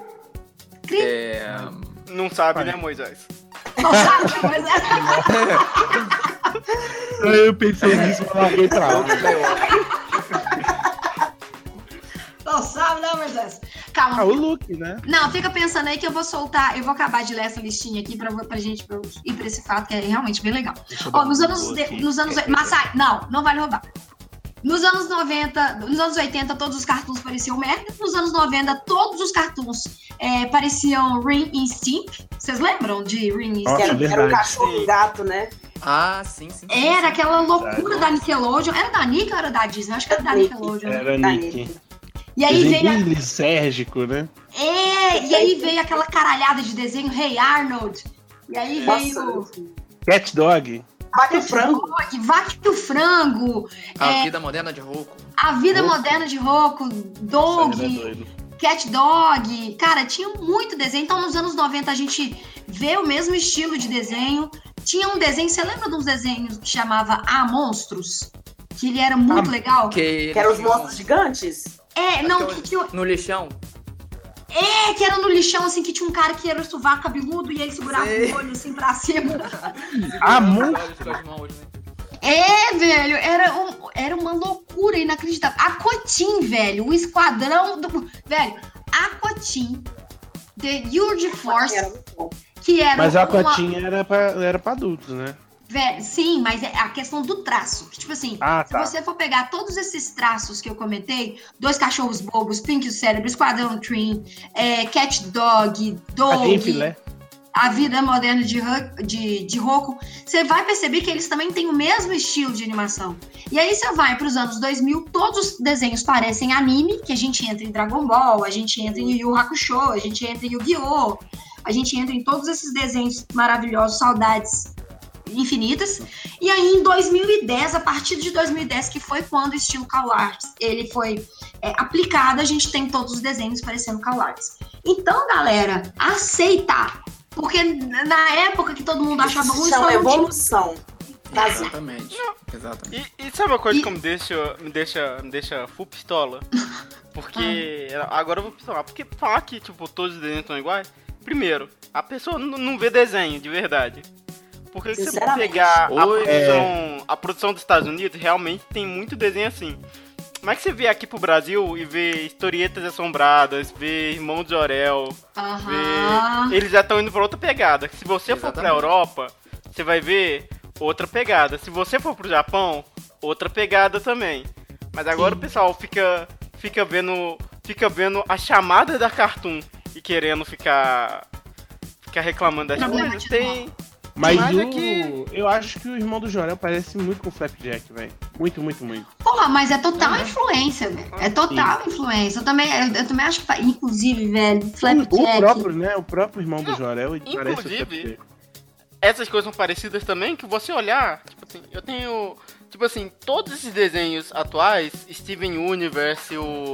Não sabe, né, Moisés? Não sabe, né, Moisés? Eu pensei nisso, mas larguei pra lá. Não sabe, né, Moisés? Calma. o look, né? Não, fica pensando aí que eu vou soltar, eu vou acabar de ler essa listinha aqui pra gente ir pra esse fato que é realmente bem legal. Ó, nos anos Massai, não vai roubar. Nos anos 90, nos anos 80, todos os cartoons pareciam merda. Nos anos 90, todos os cartoons pareciam Ren e Stimpy. Vocês lembram de Ren e Stimpy? Era um cachorro e um gato, né? Ah, sim. Era aquela loucura da Nickelodeon. Era da Nick ou era da Disney? Acho que era da Nickelodeon. Era Nick. E aí veio lisérgico, né? E aí veio aquela caralhada de desenho, Hey Arnold. E aí veio Cat Dog. Vaca e o frango. Vaca e o frango. A vida moderna de Rocco. A vida moderna de Rocco, Dog, Cat Dog. Cara, tinha muito desenho. Então, nos anos 90, a gente vê o mesmo estilo de desenho. Tinha um desenho, você lembra de uns desenhos que chamava Monstros? Que ele era muito legal. Que eram os monstros gigantes? Que tinha... No lixão? Que era no lixão, assim, que tinha um cara que era o sovaco cabeludo e ele segurava o olho, assim, pra cima. Velho, era uma loucura inacreditável. A Cotim, velho, o esquadrão do... Velho, a Cotim, The Huge Force, que era... Mas a Cotim era pra adultos, né? Velho, sim, mas é a questão do traço. Que, tipo assim, se você for pegar todos esses traços que eu comentei, 2 cachorros bobos, Pink o Cérebro, Esquadrão Trim, Cat Dog, Dog, A Vida Moderna de Rocco, você vai perceber que eles também têm o mesmo estilo de animação. E aí você vai para os anos 2000, todos os desenhos parecem anime, que a gente entra em Dragon Ball, a gente entra em Yu Yu Hakusho, a gente entra em Yu-Gi-Oh!, a gente entra em todos esses desenhos maravilhosos, saudades infinitas. E aí em 2010, a partir de 2010, que foi quando o estilo Cow Arts ele foi aplicado, a gente tem todos os desenhos parecendo Cow Arts. Então, galera, aceita! Porque na época que todo mundo achava ruim, isso é evolução. Exatamente. E sabe uma coisa que me deixa full pistola? Porque agora eu vou pistolar. Porque falar que tipo, todos os desenhos estão iguais, primeiro, a pessoa não vê desenho de verdade. Porque se você pegar a produção dos Estados Unidos, realmente tem muito desenho assim. Como é que você vê aqui pro Brasil e vê Historietas Assombradas, vê Irmão de Orel, eles já estão indo pra outra pegada. Se você for pra Europa, você vai ver outra pegada. Se você for pro Japão, outra pegada também. Mas agora o pessoal fica vendo a chamada da Cartoon e querendo ficar reclamando das coisas. Mas eu acho que o Irmão do Jorel parece muito com o Flapjack, velho. Muito, muito, muito. Porra, mas é total influência, velho. É total influência. Eu também acho que, inclusive, velho, Flapjack... O próprio Irmão do Jorel parece o Flapjack. Essas coisas são parecidas também, que você olhar, tipo assim, eu tenho, tipo assim, todos esses desenhos atuais, Steven Universe,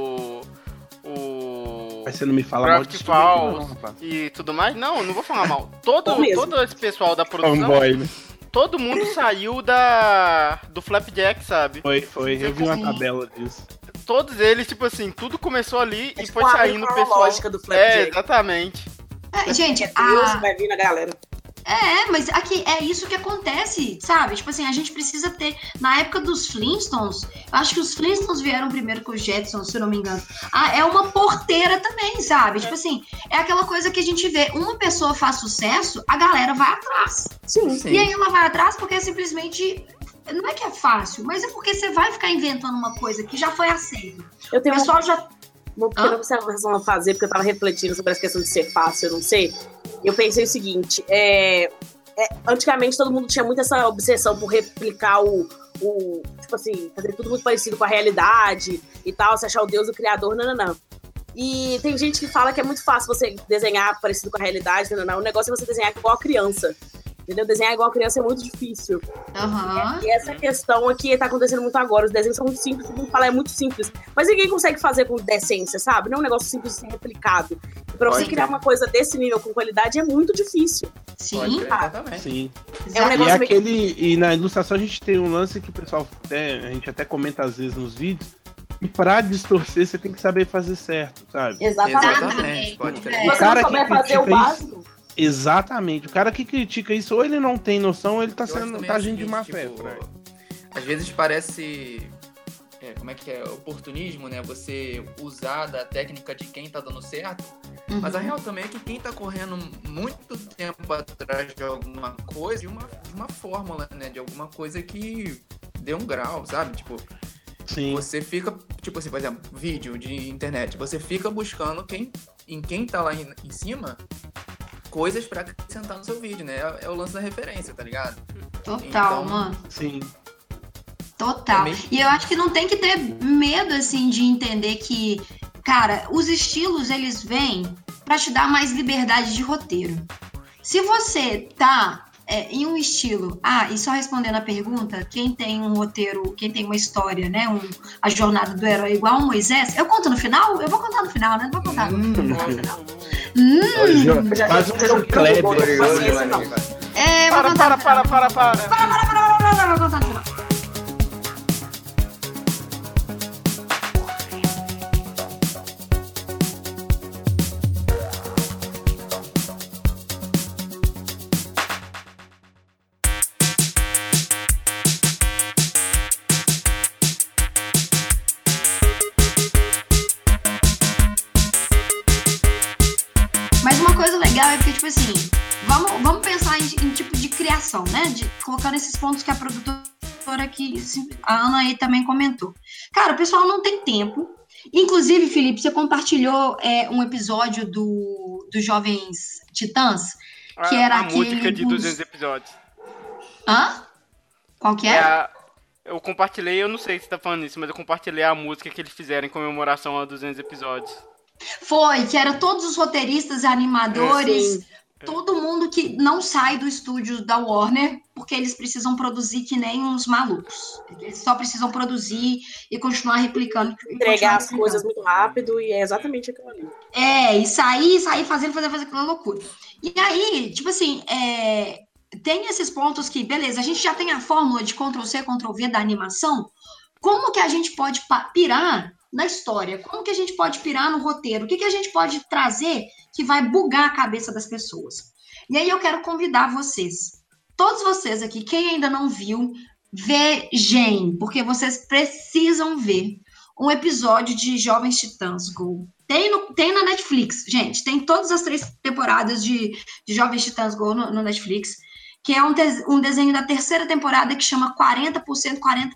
Mas você não me fala mal de Falls e tudo mais? Não, eu não vou falar mal. Todo esse pessoal da produção, todo mundo saiu do Flapjack, sabe? Foi. Eu vi uma tabela disso. Todos eles, tipo assim, tudo começou ali e tipo foi saindo o pessoal. Lógica do Flapjack. Exatamente. Gente, vai vir na galera. Mas aqui é isso que acontece, sabe? Tipo assim, a gente precisa ter... Na época dos Flintstones, eu acho que os Flintstones vieram primeiro que os Jetsons, se eu não me engano. É uma porteira também, sabe? Tipo assim, é aquela coisa que a gente vê. Uma pessoa faz sucesso, a galera vai atrás. Sim. E aí ela vai atrás porque simplesmente... Não é que é fácil, mas é porque você vai ficar inventando uma coisa que já foi aceita. O pessoal já... Uma pequena observação a fazer, porque eu tava refletindo sobre essa questão de ser fácil, eu não sei. Eu pensei o seguinte, antigamente todo mundo tinha muito essa obsessão por replicar tipo assim, fazer tudo muito parecido com a realidade e tal, se achar o Deus, o Criador, não. E tem gente que fala que é muito fácil você desenhar parecido com a realidade, não. O negócio é você desenhar igual a criança. Entendeu? Desenhar igual a criança é muito difícil. E essa questão aqui tá acontecendo muito agora. Os desenhos são muito simples, todo mundo fala, é muito simples. Mas ninguém consegue fazer com decência, sabe? Não é um negócio simples de ser replicado. E pra você criar uma coisa desse nível com qualidade é muito difícil. Sim, exatamente. Sim. É um negócio E na ilustração a gente tem um lance que o pessoal a gente até comenta às vezes nos vídeos. E pra distorcer, você tem que saber fazer certo, sabe? Exatamente. Pode crer. Se você não souber fazer o básico... Exatamente. O cara que critica isso, ou ele não tem noção, ou ele tá agindo de má fé. Às vezes parece... como é que é, oportunismo, né? Você usar da técnica de quem tá dando certo. Uhum. Mas a real também é que quem tá correndo muito tempo atrás de alguma coisa, de uma fórmula, né? De alguma coisa que dê um grau, sabe? Tipo, Sim. você fica, tipo assim, por exemplo, vídeo de internet, você fica buscando em quem tá lá em cima coisas pra acrescentar no seu vídeo, né? É o lance da referência, tá ligado? Total, Então, mano. Sim. Total. Também- E eu acho que não tem que ter medo, assim, de entender que, cara, os estilos, eles vêm pra te dar mais liberdade de roteiro. Se você tá em um estilo... e só respondendo a pergunta, quem tem um roteiro, quem tem uma história, né? A jornada do herói igual o Moisés... Eu conto no final? Eu vou contar no final, né? Não vou contar no final. Faz um João Kleber. Vou contar no final. Vou contar no final. Mas uma coisa legal é porque, tipo assim, vamos pensar em tipo de criação, né? Colocando esses pontos que a produtora aqui, a Ana aí também comentou. Cara, o pessoal não tem tempo. Inclusive, Felipe, você compartilhou um episódio dos Jovens Titãs, que era a música de aquele... 200 episódios. Hã? Qual que é? Eu compartilhei, eu não sei se você tá falando isso, mas eu compartilhei a música que eles fizeram em comemoração a 200 episódios. Foi, que era todos os roteiristas e animadores, Sim. todo mundo que não sai do estúdio da Warner, porque eles precisam produzir que nem uns malucos. Eles só precisam produzir e continuar replicando. Entregar as coisas muito rápido e é exatamente aquilo ali. E sair fazendo aquela loucura. E aí, tipo assim, tem esses pontos que, beleza, a gente já tem a fórmula de Ctrl+C, Ctrl+V da animação. Como que a gente pode pirar na história? Como que a gente pode pirar no roteiro? O que a gente pode trazer que vai bugar a cabeça das pessoas? E aí eu quero convidar vocês, todos vocês aqui, quem ainda não viu, vejam, porque vocês precisam ver um episódio de Jovens Titãs Go. Tem na Netflix, gente, tem todas as 3 temporadas de Jovens Titãs Go no Netflix, que é um desenho da 3ª temporada que chama 40%, 40%, 20%.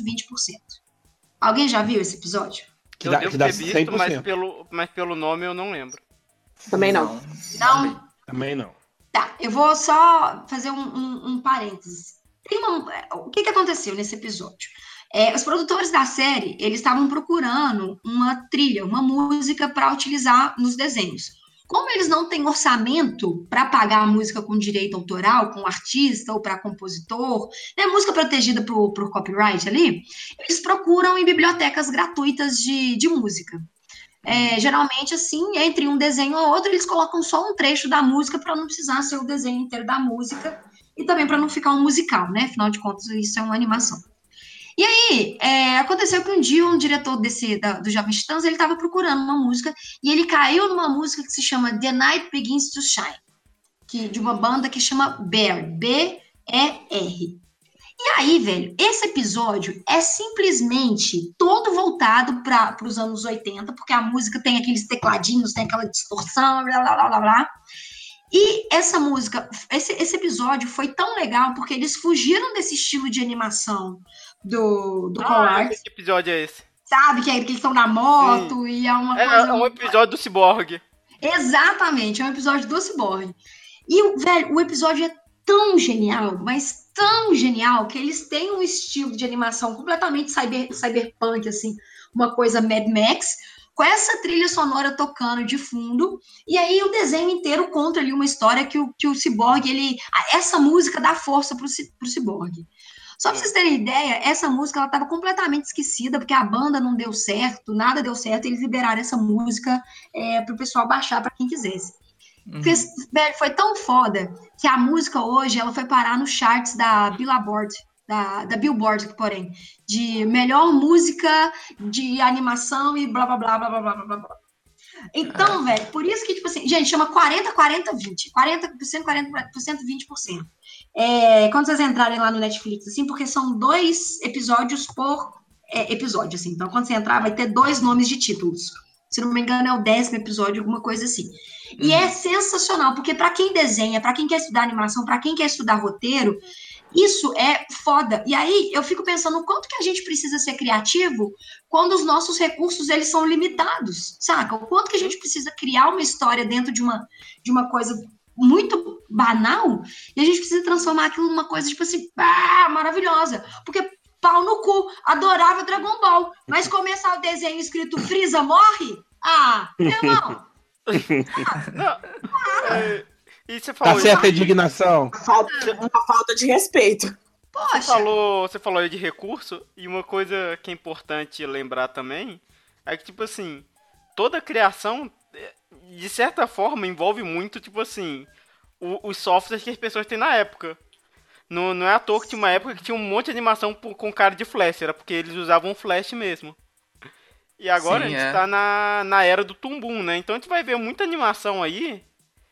Alguém já viu esse episódio? Que Eu dá devo ter visto, 100%. mas pelo nome eu não lembro. Também não. Não? Também não. Tá, eu vou só fazer um parênteses. O que aconteceu nesse episódio? Os produtores da série, eles estavam procurando uma trilha, uma música para utilizar nos desenhos. Como eles não têm orçamento para pagar a música com direito autoral, com artista ou para compositor, né, música protegida por copyright ali, eles procuram em bibliotecas gratuitas de música. Geralmente, assim, entre um desenho ou outro, eles colocam só um trecho da música para não precisar ser o desenho inteiro da música e também para não ficar um musical, né? Afinal de contas, isso é uma animação. E aí, aconteceu que um dia um diretor do Jovem Titãs, ele estava procurando uma música e ele caiu numa música que se chama The Night Begins to Shine, de uma banda que chama Bear, B-E-R. E aí, velho, esse episódio é simplesmente todo voltado para os anos 80, porque a música tem aqueles tecladinhos, tem aquela distorção, blá, blá, blá, blá, blá. E essa música, esse episódio foi tão legal porque eles fugiram desse estilo de animação do Howard. Que episódio é esse? Sabe, que eles estão na moto e é uma coisa... É um episódio do Cyborg. Exatamente, é um episódio do Cyborg. E, velho, o episódio é tão genial, mas tão genial, que eles têm um estilo de animação completamente cyberpunk, assim, uma coisa Mad Max, com essa trilha sonora tocando de fundo, e aí o desenho inteiro conta ali uma história que o Cyborg, essa música dá força pro Cyborg. Só pra vocês terem ideia, essa música ela estava completamente esquecida, porque a banda não deu certo, nada deu certo, eles liberaram essa música pro pessoal baixar para quem quisesse. Porque, velho, foi tão foda que a música hoje ela foi parar nos charts da Billboard, da Billboard, porém, de melhor música de animação e blá blá blá blá blá blá blá. Então, velho, por isso que, tipo assim, gente, chama 40, 40, 20. 40%, 40%, 20%. Quando vocês entrarem lá no Netflix, assim, porque são 2 episódios por episódio, assim. Então, quando você entrar, vai ter 2 nomes de títulos. Se não me engano, é o 10º episódio, alguma coisa assim. E é sensacional, porque para quem desenha, para quem quer estudar animação, para quem quer estudar roteiro, isso é foda. E aí, eu fico pensando o quanto que a gente precisa ser criativo quando os nossos recursos, eles são limitados, saca? O quanto que a gente precisa criar uma história dentro de uma coisa muito banal, e a gente precisa transformar aquilo numa coisa, tipo assim, maravilhosa. Porque pau no cu, adorava Dragon Ball, mas começar o desenho escrito Freeza morre? Meu irmão. E você falou Tá certa a indignação. Uma falta de respeito. Poxa. Você falou aí de recurso, e uma coisa que é importante lembrar também é que, tipo assim, toda criação, de certa forma, envolve muito, tipo assim, os softwares que as pessoas têm na época. Não é à toa que tinha uma época que tinha um monte de animação com cara de flash, era porque eles usavam flash mesmo. E agora Sim, a gente tá na era do Toon, né? Então a gente vai ver muita animação aí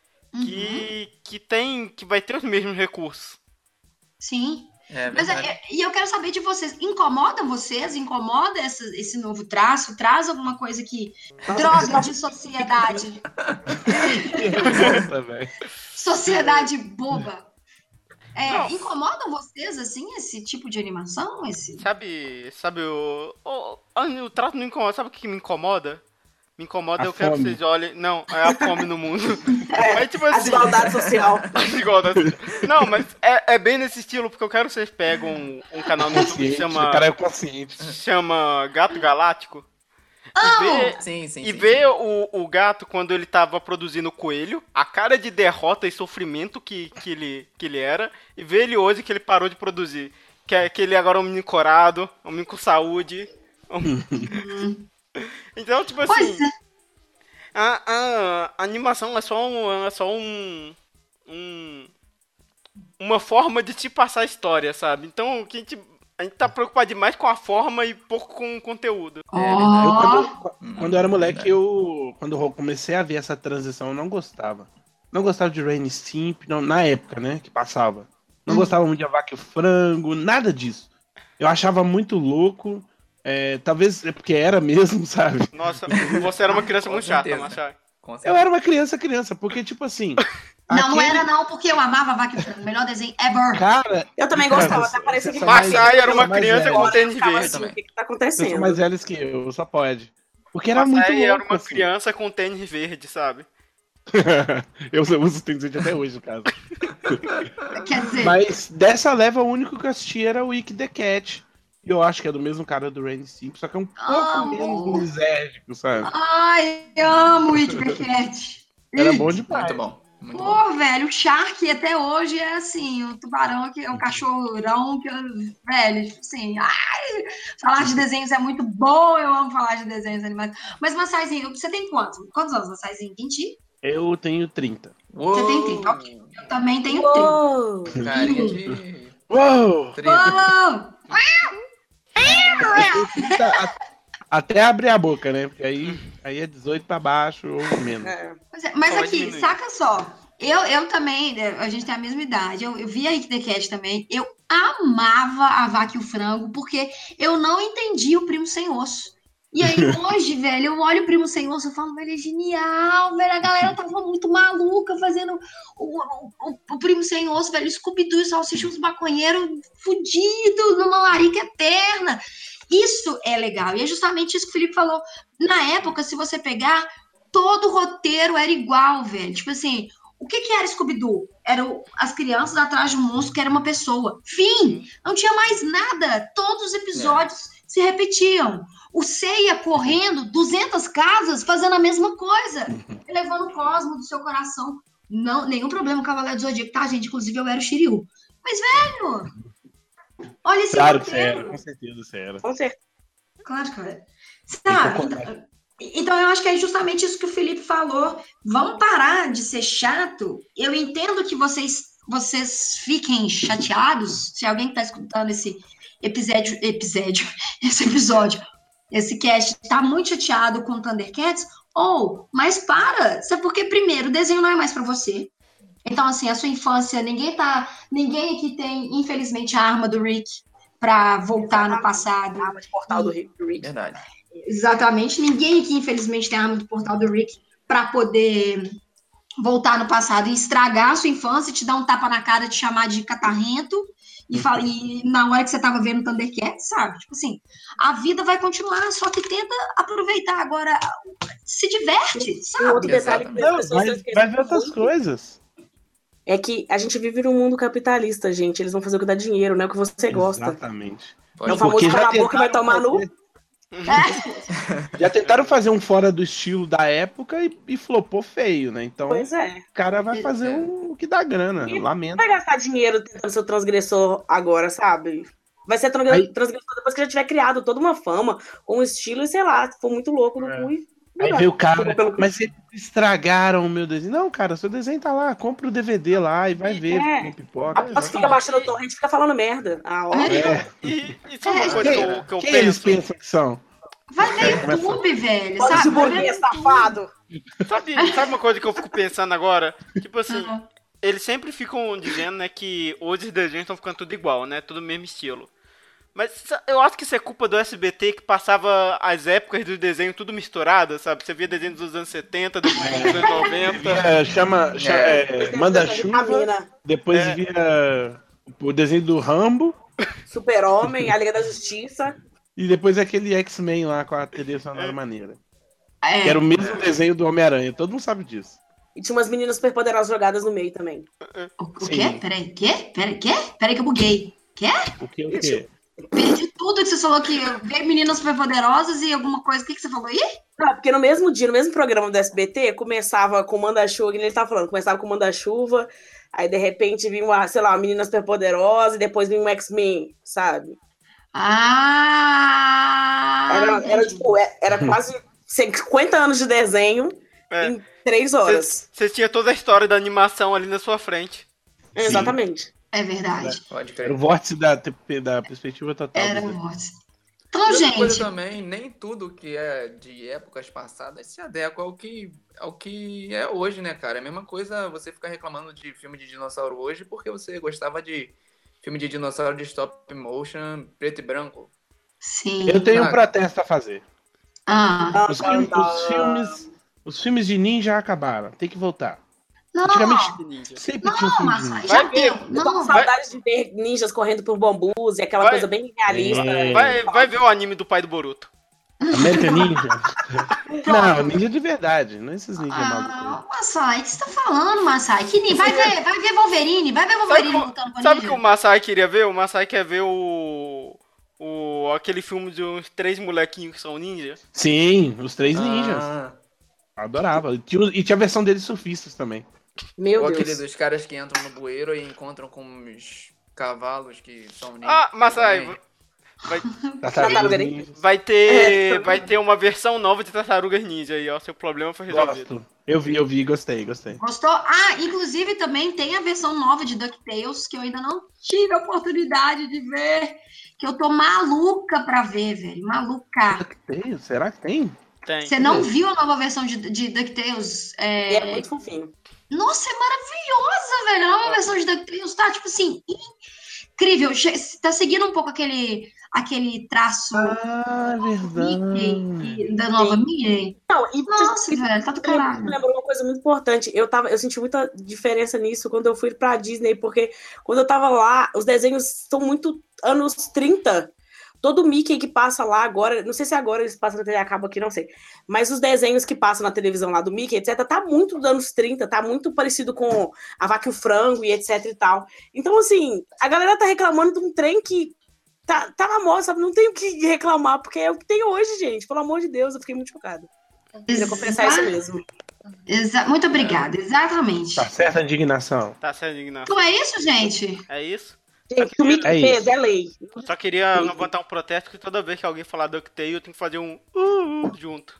que vai ter os mesmos recursos. Sim. Mas e eu quero saber de vocês, incomoda vocês? Incomoda esse novo traço? Traz alguma coisa que... Droga de sociedade. Nossa, velho. Sociedade boba. Incomodam vocês, assim, esse tipo de animação? Sabe o trato não incomoda. Sabe o que me incomoda? Me incomoda, eu quero que vocês olhem... Não, é a fome no mundo. Mas, tipo assim, a desigualdade social. Não, mas é bem nesse estilo, porque eu quero que vocês pegam um canal no YouTube que chama... O cara é consciente. Chama Gato Galáctico. E ver o gato quando ele tava produzindo o coelho, a cara de derrota e sofrimento que ele era, e ver ele hoje que ele parou de produzir. Que ele agora é um menino corado, um menino com saúde. Então, tipo assim, a animação é só uma forma de te passar a história, sabe? Então, a gente tá preocupado demais com a forma e pouco com o conteúdo. Quando eu era moleque, quando eu comecei a ver essa transição, eu não gostava. Não gostava de Ren e Stimpy, na época, né, que passava. Não gostava muito de A Vaca e o Frango, nada disso. Eu achava muito louco, talvez é porque era mesmo, sabe? Nossa, você era uma criança muito chata, Machado. Eu era uma criança, porque tipo assim... Não era não, porque eu amava a Vaca e o Frango, o melhor desenho ever. Cara, eu também gostava, até parecia que... Machai era uma criança com tênis verde. Assim, o que tá acontecendo? Eu sou mais velho que eu, só pode. Porque era muito louco, era uma assim. criança com tênis verde, sabe? Eu uso tênis verde até hoje, no caso. Quer dizer... Mas dessa leva, o único que eu assisti era o Wick the Cat. E eu acho que é do mesmo cara do Ren e Stimpy, só que é um pouco menos misérgico, sabe? Ai, eu amo o Wick the Cat. Era bom demais. Muito bom. Pô, velho, o Shark até hoje é assim, o tubarão que é um cachorrão que, velho, tipo assim, falar de desenhos é muito bom, eu amo falar de desenhos animados. Mas, Massaizinho, você tem quantos? Quantos anos, Massaizinho? 20? Eu tenho 30. Você tem 30, ok. Eu também tenho 30. Carinha de... Uou! 30. Até abrir a boca, né? Porque aí é 18 pra baixo ou menos. Mas aqui, saca só. Eu também, a gente tem a mesma idade. Eu vi a Wick the Cat também. Eu amava a Vaca e o Frango, porque eu não entendi o Primo Sem Osso. E aí, hoje, velho, eu olho o Primo Sem Osso e falo, velho, é genial, velho. A galera tava muito maluca fazendo o Primo Sem Osso, velho. Scooby-Doo e Salsicha, uns maconheiros fudidos numa larica eterna. Isso é legal. E é justamente isso que o Felipe falou. Na época, se você pegar, todo o roteiro era igual, velho. Tipo assim, o que era Scooby-Doo? Eram as crianças atrás de um monstro que era uma pessoa. Fim! Não tinha mais nada. Todos os episódios se repetiam. O C ia correndo 200 casas fazendo a mesma coisa. Levando o cosmo do seu coração. Não, nenhum problema com o Cavaleiro do Zodíaco, tá, gente? Inclusive, eu era o Shiryu. Mas, velho... Olha esse claro roteiro. Que você era, com certeza você era. Com certeza. Claro que eu era. Sabe? Então, eu acho que é justamente isso que o Felipe falou. Vamos parar de ser chato. Eu entendo que vocês fiquem chateados. Se alguém que está escutando esse esse cast, está muito chateado com Thundercats, mas para. Sabe por quê? Primeiro, o desenho não é mais para você. Então, assim, a sua infância, ninguém aqui tem, infelizmente, a arma do Rick. pra voltar no passado. Arma de portal do Rick. Verdade. Exatamente. Ninguém aqui, infelizmente, tem a arma do portal do Rick pra poder voltar no passado e estragar a sua infância, te dar um tapa na cara, te chamar de catarrento e na hora que você tava vendo Thundercats, sabe? Tipo assim, a vida vai continuar, só que tenta aproveitar agora, se diverte, Um sabe? outro detalhe que as pessoas Vai ver outras muito coisas. é que a gente vive num mundo capitalista, gente. Eles vão fazer o que dá dinheiro, não é o que você gosta. Exatamente. É o famoso cala a boca e vai tomar no... Já tentaram fazer um fora do estilo da época e flopou feio, né? Então Pois é. o cara vai fazer o que dá grana. E Lamento. vai gastar dinheiro tentando ser o transgressor agora, sabe? Vai ser transgressor depois que já tiver criado toda uma fama, com um estilo e sei lá, se for muito louco no cu. Aí veio o cara, mas eles estragaram o meu desenho. Não, cara, seu desenho tá lá, compra o DVD lá e vai ver com pipoca. Você fica baixando o torrent e fica falando merda. E sabe uma coisa que eu Quem eles penso? pensam que são? Vai ver YouTube, velho, Pode sabe? de Vai ver burguês, no YouTube. safado. Sabe uma coisa que eu fico pensando agora? Tipo assim, eles sempre ficam dizendo, né, que hoje os desenhos estão ficando tudo igual, né? Tudo mesmo estilo. Mas eu acho que isso é culpa do SBT que passava as épocas do desenho tudo misturado, sabe? Você via desenho dos anos 70, depois dos anos 90. Manda chuva, depois vira o desenho do Rambo Super-Homem, a Liga da Justiça. e depois aquele X-Men lá com a trilha sonora maneira. É. Que era o mesmo desenho do Homem-Aranha, todo mundo sabe disso. E tinha umas meninas superpoderosas jogadas no meio também. O Sim. quê? Peraí, quê? Peraí que eu buguei. Quê? O quê? Perdi tudo que você falou que veio meninas superpoderosas e alguma coisa. O que você falou aí? Não, porque no mesmo dia, no mesmo programa do SBT, começava com Manda-Chuva, que ele tava falando, começava com Manda-Chuva, aí de repente vinha uma, sei lá, uma menina superpoderosa e depois vinha um X-Men, sabe? Era quase 50 anos de desenho em 3 horas. Você tinha toda a história da animação ali na sua frente. Exatamente. É verdade. Pode Era crer. o vórtice da perspectiva total. Era do um desenho. voto. E Então, outra coisa gente. também, nem tudo que é de épocas passadas se adequa ao que é hoje, né, cara? É a mesma coisa você ficar reclamando de filme de dinossauro hoje porque você gostava de filme de dinossauro de stop motion preto e branco. Sim. Eu tenho um Cara. protesto a fazer. Ah. Os filmes de ninja acabaram, tem que voltar. Não, Antigamente sempre tinha um não, filme mas de ninja. já Vai deu. ver. Eu tô com Não, saudade de ver ninjas correndo por bambus e aquela Vai. coisa bem realista. Vai ver o anime do pai do Boruto. American Ninja? Não, ninja de verdade, não esses ninja malucos. Massai, o que você tá falando, Massai? Vai ver Wolverine, lutando com Sabe o que ninja. o Masai queria ver? O Masai quer ver aquele filme de uns 3 molequinhos que são ninja. Sim, os 3 ninjas. Ah, Adorava. E tinha a versão deles surfistas também. Meu ou Deus. aquele dos caras que entram no bueiro e encontram com os cavalos que são ninjas. Ah, Masai, também. Tartaruga Ninja. vai ter uma versão nova de Tartarugas Ninja aí, ó. Seu problema foi resolvido. Gosto. Eu vi, gostei. Gostou? Ah, inclusive também tem a versão nova de DuckTales, que eu ainda não tive a oportunidade de ver, que eu tô maluca pra ver, velho. Maluca. Tem? Será que tem? Tem. Você não viu a nova versão de DuckTales? E é muito fofinho. Nossa, é maravilhosa, velho. A nova versão de DuckTales tá, tipo assim, incrível. Tá seguindo um pouco aquele traço Ah, verdade. Mickey, da nova Mickey. Não, e Nossa, velho, tá do me caralho. lembrou uma coisa muito importante. Eu senti muita diferença nisso quando eu fui pra Disney, porque quando eu tava lá, os desenhos são muito anos 30. Todo Mickey que passa lá agora, não sei se agora eles passam na TV a cabo aqui, não sei. Mas os desenhos que passam na televisão lá do Mickey, etc., tá muito dos anos 30, tá muito parecido com a Vaca e o Frango e etc e tal. Então, assim, a galera tá reclamando de um trem que tá na moda, sabe? Não tem o que reclamar, porque é o que tem hoje, gente. Pelo amor de Deus, eu fiquei muito chocada. Queria confessar isso mesmo. Muito obrigada, exatamente. Tá certa a indignação. Tá sendo indignado. Então é isso, gente? É isso? Gente, o que o Mickey É fez isso. é lei. Só queria levantar um protesto que toda vez que alguém falar DuckTales, eu tenho que fazer um junto.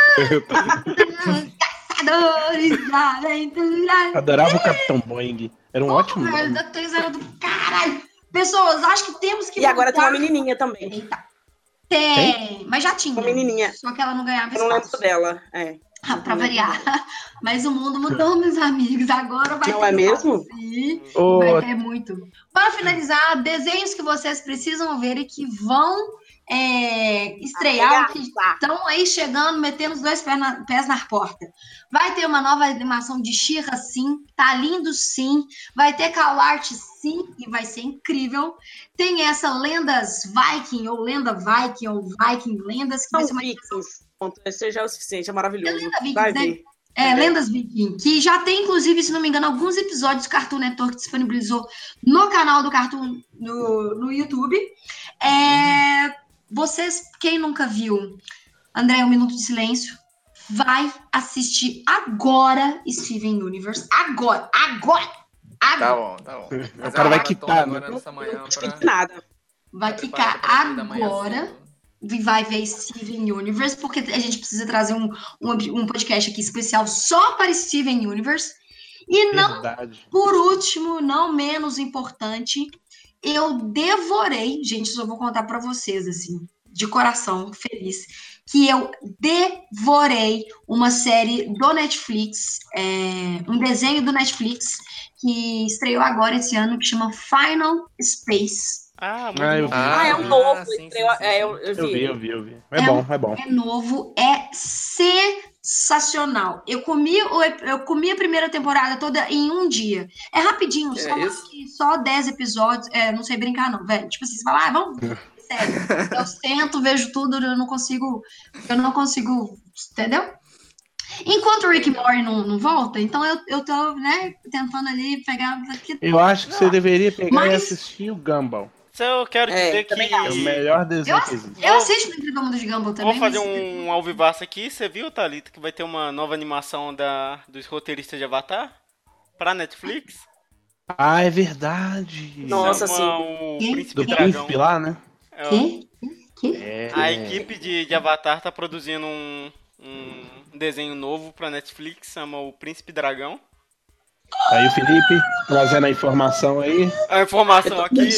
Caçadores da aventura. Adorava o Capitão Boing. Era um ótimo Velho, nome. DuckTales era do caralho. Pessoas, acho que temos que E agora tem uma voltar. menininha também. Eita. Tem, mas já tinha. Uma menininha. Só que ela não ganhava Eu não lembro espaço. dela. É. Pra variar. Mas o mundo mudou, meus amigos. Agora vai Não ter é mesmo? Sim, Ô, vai ter muito. Para finalizar, desenhos que vocês precisam ver e que vão estrear, que estão aí chegando, metendo os dois pés na porta. Vai ter uma nova animação de She-Ra, sim. Tá lindo, sim. Vai ter CalArt, sim. E vai ser incrível. Tem essa Lendas Viking, ou Lenda Viking, ou Viking Lendas, que vai ser uma Vikings. Esse já é o suficiente, é maravilhoso. Lenda Vikings, Vai né? ver. Lendas Viking, que já tem, inclusive, se não me engano, alguns episódios do Cartoon Network disponibilizou no canal do Cartoon no YouTube. Vocês, quem nunca viu, André, 1 minuto de silêncio, vai assistir agora Steven Universe. Agora! Tá bom. O cara vai quitar, né? Não tive nada. Vai quicar agora. Vai ver Steven Universe, porque a gente precisa trazer um podcast aqui especial só para Steven Universe. E não, por último, não menos importante, eu devorei, gente, só vou contar para vocês, assim, de coração, feliz, que eu devorei uma série do Netflix, um desenho do Netflix, que estreou agora esse ano, que chama Final Space. Eu vi. É um novo. Sim. Eu vi. É bom. É novo, é sensacional. Eu comi a primeira temporada toda em um dia. É rapidinho, só 10 episódios. Não sei brincar, não, velho. Tipo assim, você fala, vamos. Sério. Eu sento, vejo tudo, eu não consigo, entendeu? Enquanto o Rick e Morty não volta, então eu tô, né, tentando ali pegar. Eu acho que você deveria pegar e assistir o Gumball. Eu quero dizer que... É o melhor desenho que existe. Eu assisto o Incrível Mundo de Gumball também. Vou fazer um alvivaço aqui. Você viu, Thalita, que vai ter uma nova animação dos roteiristas de Avatar? Pra Netflix? Ah, é verdade. Nossa, sim. O Príncipe Do Dragão. príncipe lá, né? A equipe de Avatar tá produzindo um desenho novo pra Netflix, chama o Príncipe Dragão. Aí o Felipe trazendo a informação aí. A informação aqui.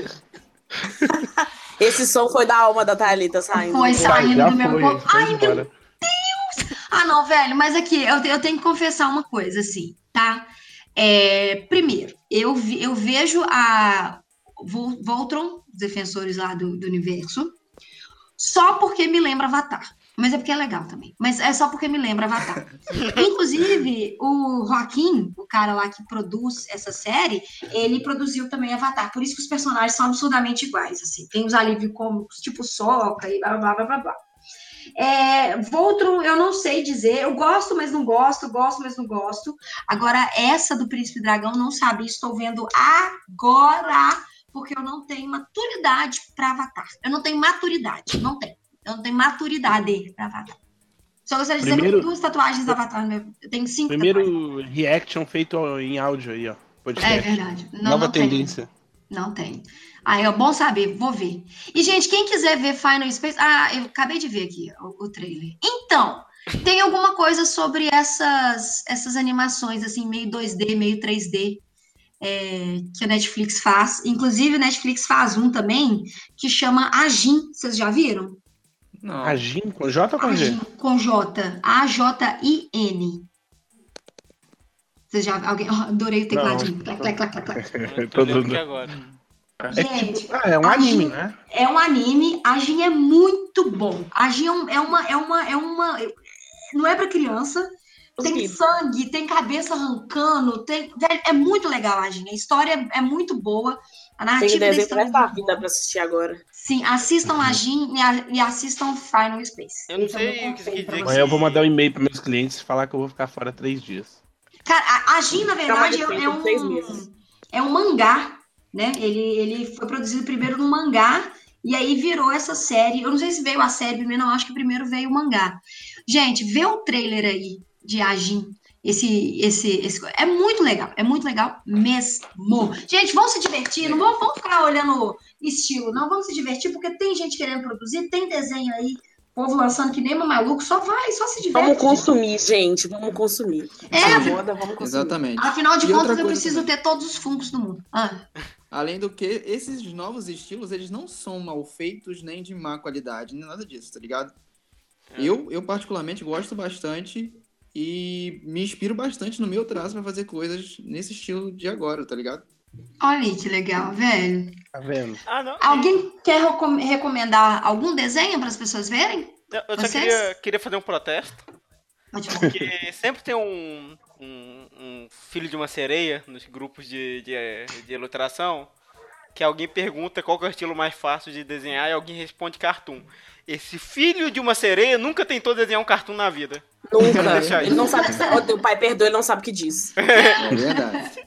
Esse som foi da alma da Thalita saindo. Foi saindo do meu corpo. Ai, meu Deus! Não, velho, mas aqui, eu tenho que confessar uma coisa, assim, tá? Primeiro, eu vejo a Voltron, os defensores lá do universo, só porque me lembra Avatar. Mas é porque é legal também. Mas é só porque me lembra Avatar. Inclusive, o Joaquim, o cara lá que produz essa série, ele produziu também Avatar. Por isso que os personagens são absurdamente iguais, assim. Tem os alívios como, tipo, Sokka e blá, blá, blá, blá, blá. Voltron, eu não sei dizer. Eu gosto, mas não gosto. Gosto, mas não gosto. Agora, essa do Príncipe Dragão, não sabia. Estou vendo agora, porque eu não tenho maturidade para Avatar. Eu não tenho maturidade. Não tenho. Eu não tenho maturidade pra Avatar. Só gostaria de dizer que eu tenho 2 tatuagens da Avatar. Eu tenho 5 Primeiro reaction feito em áudio aí, ó. Podcast. É verdade. Nova tendência. Não tem. É bom saber, vou ver. E, gente, quem quiser ver Final Space... eu acabei de ver aqui o trailer. Então, tem alguma coisa sobre essas animações, assim, meio 2D, meio 3D, que a Netflix faz. Inclusive, a Netflix faz um também, que chama Ajin. Vocês já viram? Não. Ajin com J ou com G? Ajin com J. A-J-I-N. Vocês já... adorei o tecladinho. Clac, clac, clac, clac, clac. Tô vendo aqui agora. Gente, é um anime, né? É um anime. Ajin é muito bom. Ajin é uma... Não é pra criança. Tem sangue, tem cabeça arrancando. Velho, é muito legal, Ajin. A história é muito boa. A narrativa tem desenho pra essa vida pra assistir agora. Sim, assistam Ajin e assistam Final Space. Eu não sei o que quer dizer. Amanhã eu vou mandar um e-mail para meus clientes e falar que eu vou ficar fora 3 dias. Cara, Ajin, na verdade, é um mangá, né? Ele foi produzido primeiro num mangá e aí virou essa série. Eu não sei se veio a série primeiro, não. Acho que primeiro veio o mangá. Gente, vê o trailer aí de Ajin. Esse é muito legal mesmo. Gente, vamos se divertir, não vamos ficar olhando estilo, não, vamos se divertir, porque tem gente querendo produzir, tem desenho aí, povo lançando que nem um maluco, só se diverte. Vamos consumir, gente, vamos consumir. Moda, vamos consumir. Exatamente. Afinal de contas, eu preciso ter todos os Funkos do mundo. Além do que, esses novos estilos, eles não são mal feitos, nem de má qualidade, nem nada disso, tá ligado? Eu particularmente gosto bastante e me inspiro bastante no meu traço pra fazer coisas nesse estilo de agora, tá ligado? Olha aí que legal, velho. Tá vendo? Ah, não. Alguém quer recomendar algum desenho para as pessoas verem? Eu só Vocês? queria fazer um protesto. Pode falar. Porque sempre tem um filho de uma sereia nos grupos de ilustração que alguém pergunta qual que é o estilo mais fácil de desenhar e alguém responde cartoon. Esse filho de uma sereia nunca tentou desenhar um cartoon na vida. Nunca. Deixa aí. Ele não sabe. O pai perdoa, ele não sabe o que diz. É verdade.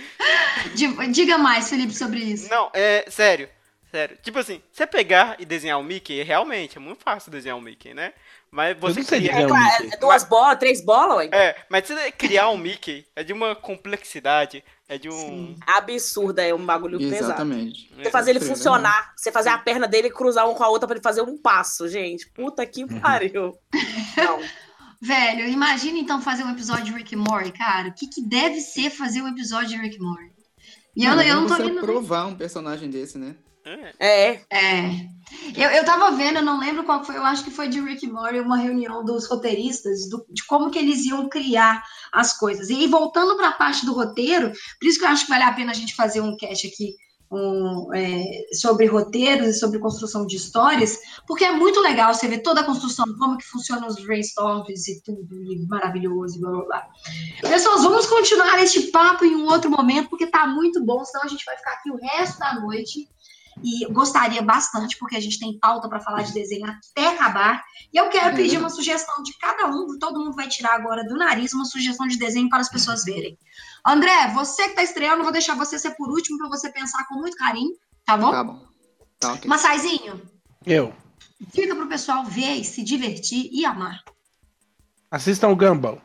Diga mais, Felipe, sobre isso. Não, é sério. Sério. Tipo assim, você pegar e desenhar o Mickey, realmente é muito fácil desenhar o Mickey, né? Mas Eu você não sei cria... desenhar. Claro, é 2 bolas, 3 bolas, ué. Mas você criar um Mickey é de uma complexidade, é de um... Sim. Absurda, é um bagulho pesado. Exatamente. Você fazer ele Sofrer, funcionar, você fazer a perna dele e cruzar um com a outra pra ele fazer um passo, gente. Puta que pariu. Não. Velho, imagina então fazer um episódio de Rick and Morty, cara. O que deve ser fazer um episódio de Rick and Morty? E eu não tô você vindo. provar um personagem desse, né? É. Eu tava vendo, eu não lembro qual foi, eu acho que foi de Rick and Morty, uma reunião dos roteiristas, de como que eles iam criar as coisas. E voltando pra parte do roteiro, por isso que eu acho que vale a pena a gente fazer um cast aqui sobre roteiros e sobre construção de histórias, porque é muito legal você ver toda a construção, como que funcionam os brainstorms e tudo, e maravilhoso, e blá blá blá. Pessoas, vamos continuar este papo em um outro momento, porque tá muito bom, senão a gente vai ficar aqui o resto da noite. E gostaria bastante, porque a gente tem pauta para falar de desenho até acabar. E eu quero pedir uma sugestão de cada um, todo mundo vai tirar agora do nariz uma sugestão de desenho para as pessoas verem. André, você que tá estreando, eu vou deixar você ser por último para você pensar com muito carinho, tá bom? Tá bom. Tá ok. Massaizinho, Eu. diga pro pessoal ver, se divertir e amar. Assistam o Gumball.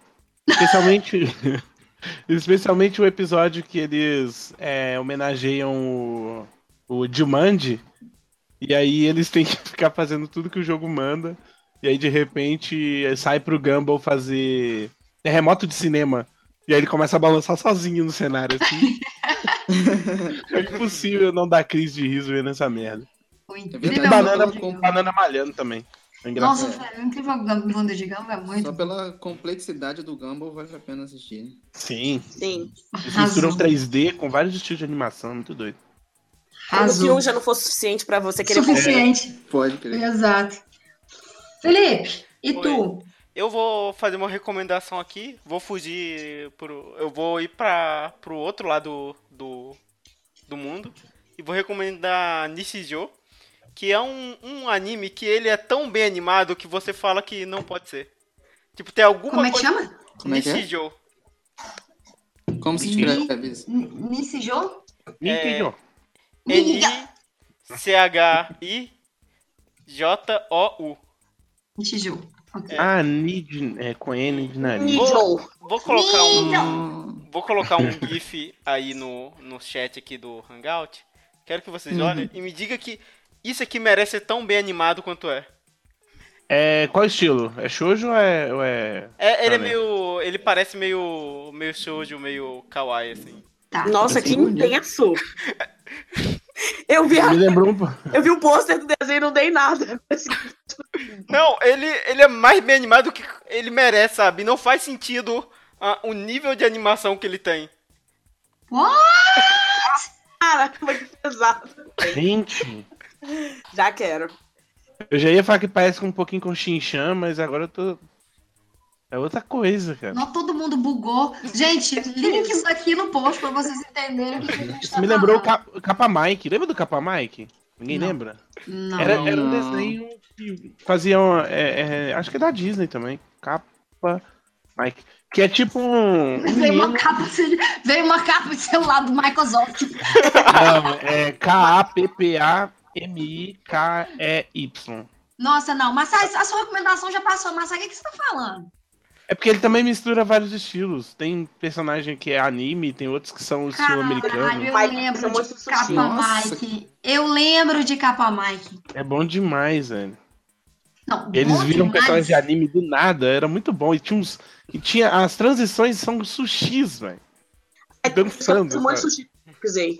Especialmente o episódio que eles homenageiam o Jumanji. E aí eles têm que ficar fazendo tudo que o jogo manda. E aí de repente sai pro Gumball fazer terremoto de cinema. E aí ele começa a balançar sozinho no cenário, assim. É impossível não dar crise de riso vendo essa merda. O É incrível verdade, mundo de Gumball. Banana malhando também. É engraçado. Nossa, velho, o incrível mundo de Gumball é muito Só pela complexidade do Gumball vale a pena assistir. Sim. Sim. Eles misturam 3D com vários estilos de animação, muito doido. Como se azul. um já não fosse suficiente pra você querer Suficiente. Pode crer. Exato. Felipe, e tu? Eu vou fazer uma recomendação aqui, vou fugir eu vou ir pro outro lado do mundo e vou recomendar Nishijou, que é um anime que ele é tão bem animado que você fala que não pode ser. Tipo, tem alguma Como é que coisa... chama? Como é que é? Nishijou. Como se escreve isso? Nishijou? Nintendo. Nishijou. Nishijou. Ok. Ah, Nid com N de nariz. Nijou. Vou colocar um GIF aí no chat aqui do Hangout. Quero que vocês olhem e me digam que isso aqui merece ser tão bem animado quanto é. Qual estilo? É shoujo ou é... Ele é Shonen? meio... Ele parece meio shoujo, meio kawaii, assim. Tá. Nossa, que bonito. intenso. Eu vi Me lembrou o pôster do desenho e não dei nada. Não, ele é mais bem animado do que ele merece, sabe? Não faz sentido o nível de animação que ele tem. What? Cara, que pesado. Gente, Já quero. eu já ia falar que parece um pouquinho com Shin-Chan, mas agora eu tô... É outra coisa, cara. Não, todo mundo bugou. Gente, links aqui no post pra vocês entenderem o que a gente Isso tá me lembrou falando. o Capa Mike. Lembra do Capa Mike? Ninguém Não. lembra? Não. Era um Não. desenho que faziam... acho que é da Disney também. Capa Mike. Que é tipo um Veio menino... uma capa de celular do Microsoft. Não, é K-A-P-P-A-M-I-K-E-Y. Nossa, não. Mas a sua recomendação já passou. Mas o que você tá falando? É porque ele também mistura vários estilos. Tem personagem que é anime, tem outros que são estilo americano. Caralho, eu Mike, lembro são muito de Capa sutis. Nossa. Mike. Eu lembro de Capa Mike. É bom demais, velho. Não, Eles bom viram demais. personagens de anime do nada, era muito bom. E tinha as transições são sushis, velho. Dançando. Muito sabe? sushi. Pisei.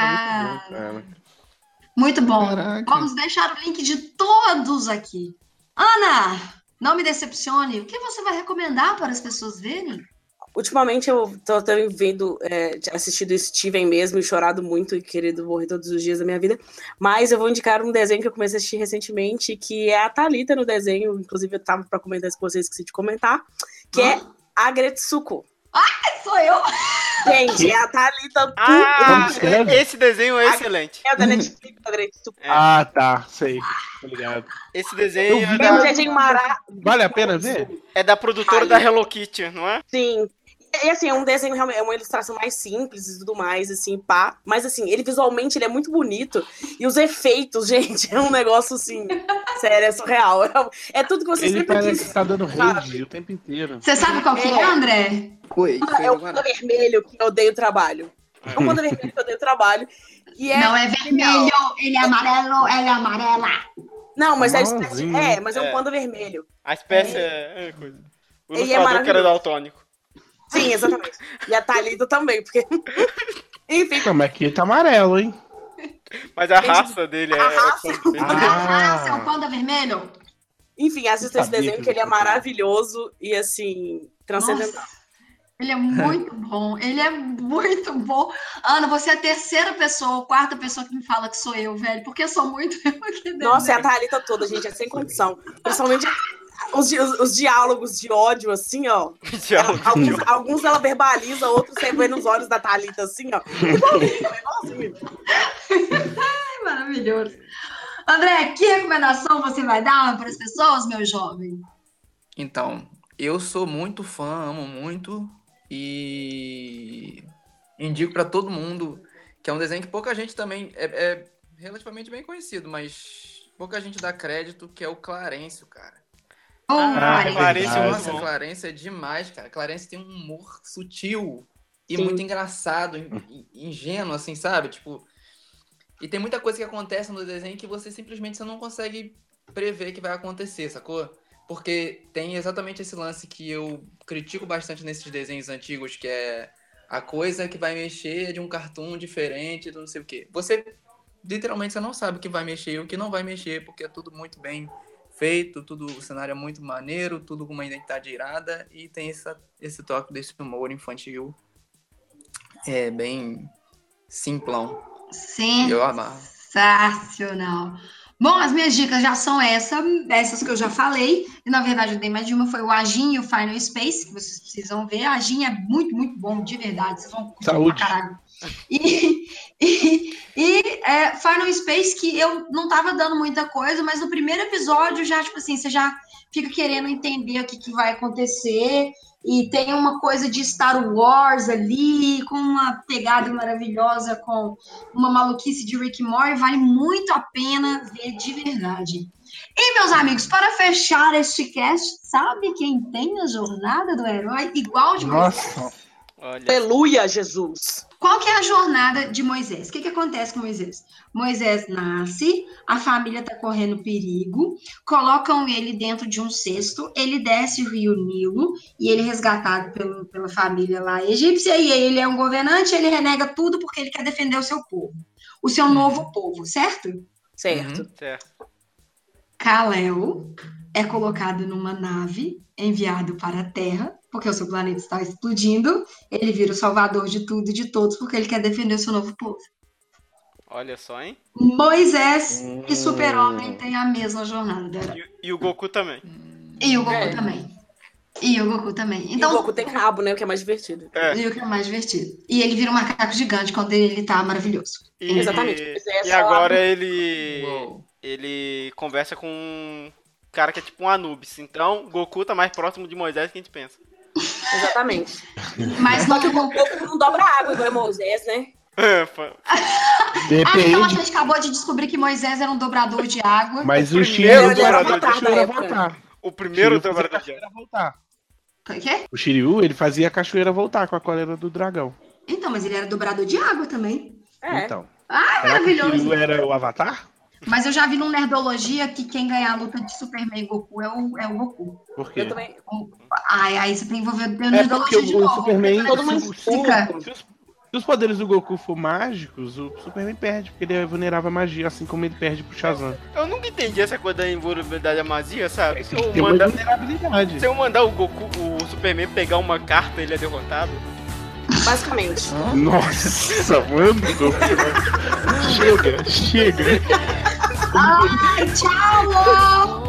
Cara, Cara. muito bom. Caraca. Vamos deixar o link de todos aqui. Ana, não me decepcione. O que você vai recomendar para as pessoas verem? Ultimamente eu tô também vendo, assistido Steven mesmo e chorado muito e querido morrer todos os dias da minha vida. Mas eu vou indicar um desenho que eu comecei a assistir recentemente, que é a Thalita no desenho. Inclusive eu tava pra comentar isso com vocês, esqueci de comentar. Que é Agretsuko. Sou eu. Gente, é a Thalita. Esse desenho é excelente. É o da Netflix, Agretsuko. Ah, tá. Sei. Tô ligado. Esse desenho É um desenho maravilhoso. Vale a pena ver? é da produtora da Hello Kitty, não é? Sim. E assim, é um desenho realmente, é uma ilustração mais simples e tudo mais, assim, pá. Mas assim, ele visualmente ele é muito bonito. E os efeitos, gente, é um negócio assim, sério, é surreal. É tudo que você Ele sempre parece quis. que tá dando sabe? rede o tempo inteiro. Você sabe qual que é, André? Foi É o agora. Panda Vermelho que eu odeio trabalho. É o Panda Vermelho que eu odeio trabalho. E Não é vermelho, ele é amarelo, ela é amarela. Não, mas é, Igualzinho. mas é um É. Panda Vermelho. A espécie é coisa. O Ele é ilustrador que era maravilhoso. daltônico. Sim, exatamente. E a Thalita também, porque. Enfim, Não, mas aqui tá amarelo, hein? Mas a raça dele é. A raça. É o panda vermelho? enfim, assista esse Sabia desenho que que ele é você ia falar. maravilhoso e assim, transcendental. Nossa, ele é muito bom. Ele é muito bom. Ana, você é a terceira pessoa ou quarta pessoa que me fala que sou eu, velho. Porque eu sou muito eu aqui dentro. Nossa, é a Thalita toda, gente, é sem condição. Principalmente os diálogos de ódio, assim, ó. Alguns ela verbaliza, outros você vê nos olhos da Thalita, assim, ó. Igualzinho. Ai, maravilhoso. André, que recomendação você vai dar para as pessoas, meu jovem? Então, eu sou muito fã, amo muito e indico pra todo mundo, que é um desenho que pouca gente também é relativamente bem conhecido, mas pouca gente dá crédito, que é o Clarencio, cara. Clarence é muito Nossa, bom. Clarence é demais, cara. Clarence tem um humor sutil e Sim. muito engraçado, ingênuo, assim, sabe? Tipo, e tem muita coisa que acontece no desenho que você não consegue prever que vai acontecer, sacou? Porque tem exatamente esse lance que eu critico bastante nesses desenhos antigos, que é a coisa que vai mexer de um cartoon diferente, do não sei o quê. Literalmente, você não sabe o que vai mexer e o que não vai mexer, porque é tudo muito bem feito, o cenário é muito maneiro, tudo com uma identidade irada, e tem esse toque desse humor infantil bem simplão. Eu amarro. Sensacional. Bom, as minhas dicas já são essas que eu já falei. E, na verdade, eu dei mais de uma. Foi o Agin e o Final Space, que vocês precisam ver. A Agin é muito, muito bom, de verdade. Vocês vão curtir Saúde. pra caralho. E Final Space, que eu não tava dando muita coisa, mas no primeiro episódio já, tipo assim, você já fica querendo entender o que vai acontecer. E tem uma coisa de Star Wars ali, com uma pegada maravilhosa, com uma maluquice de Rick and Morty, vale muito a pena ver de verdade. E, meus amigos, para fechar este cast, sabe quem tem a jornada do herói igual de Moisés? Nossa. Olha. Aleluia, Jesus. Qual que é a jornada de Moisés? O que acontece com Moisés? Moisés nasce, a família está correndo perigo, colocam ele dentro de um cesto, ele desce o rio Nilo e ele é resgatado pela família lá egípcia, e aí ele é um governante, ele renega tudo porque ele quer defender o seu povo, o seu novo povo, certo? Certo. Certo. Kal-El é colocado numa nave, enviado para a Terra, porque o seu planeta está explodindo, ele vira o salvador de tudo e de todos, porque ele quer defender o seu novo povo. Olha só, hein? Moisés e Super-Homem têm a mesma jornada. E o Goku também. E o Goku também. E o Goku também. Então, Então, o Goku tem rabo, né? O que é mais divertido. e o que é mais divertido. E ele vira um macaco gigante quando ele tá maravilhoso. Exatamente. E agora ele. Uou. Ele conversa com um cara que é tipo um Anubis. Então, Goku tá mais próximo de Moisés que a gente pensa. Exatamente. Mas Só que o não. Goku não dobra água igual Moisés, né? Então a Depende. gente acabou de descobrir que Moisés era um dobrador de água. Mas o primeiro Shiryu ele era fazia avatar cachoeira da época. voltar. O primeiro Shiryu fazia dobrador de cachoeira voltar. O quê? O Shiryu, ele fazia a cachoeira voltar com a coleira do dragão. Então, mas ele era dobrador de água também. É. Então. Ai, Será que o maravilhoso. Shiryu era o Avatar? Mas eu já vi num Nerdologia que quem ganhar a luta de Superman e Goku é o Goku. Por quê? Eu também. Aí você tem que envolver o É porque Nerdologia de o novo. Superman... Todo mundo Explica. Se os poderes do Goku for mágicos, o Superman perde, porque ele é vulnerável à magia, assim como ele perde pro Shazam. Eu nunca entendi essa coisa da invulnerabilidade à magia, sabe? Se eu, Tem uma mandar, vulnerabilidade. se eu mandar o Goku, o Superman pegar uma carta, ele é derrotado? Basicamente. Nossa, mano. Chega. Ai, tchau!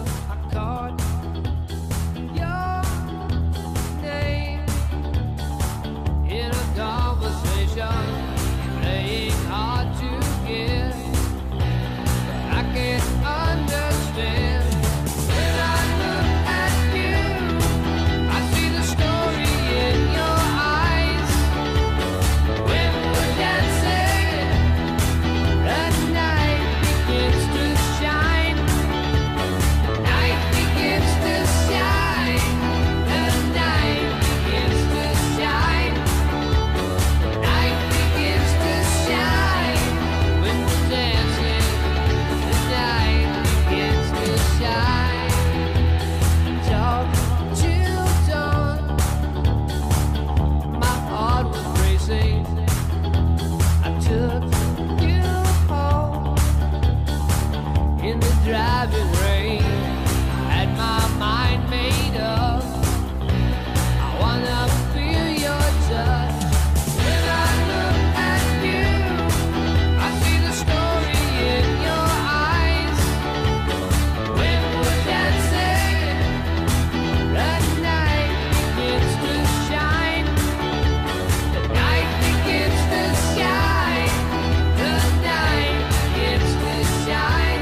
Driving rain, had my mind made up. I wanna feel your touch. When I look at you, I see the story in your eyes. When we're dancing, the night begins to shine. The night begins to shine. The night begins to shine.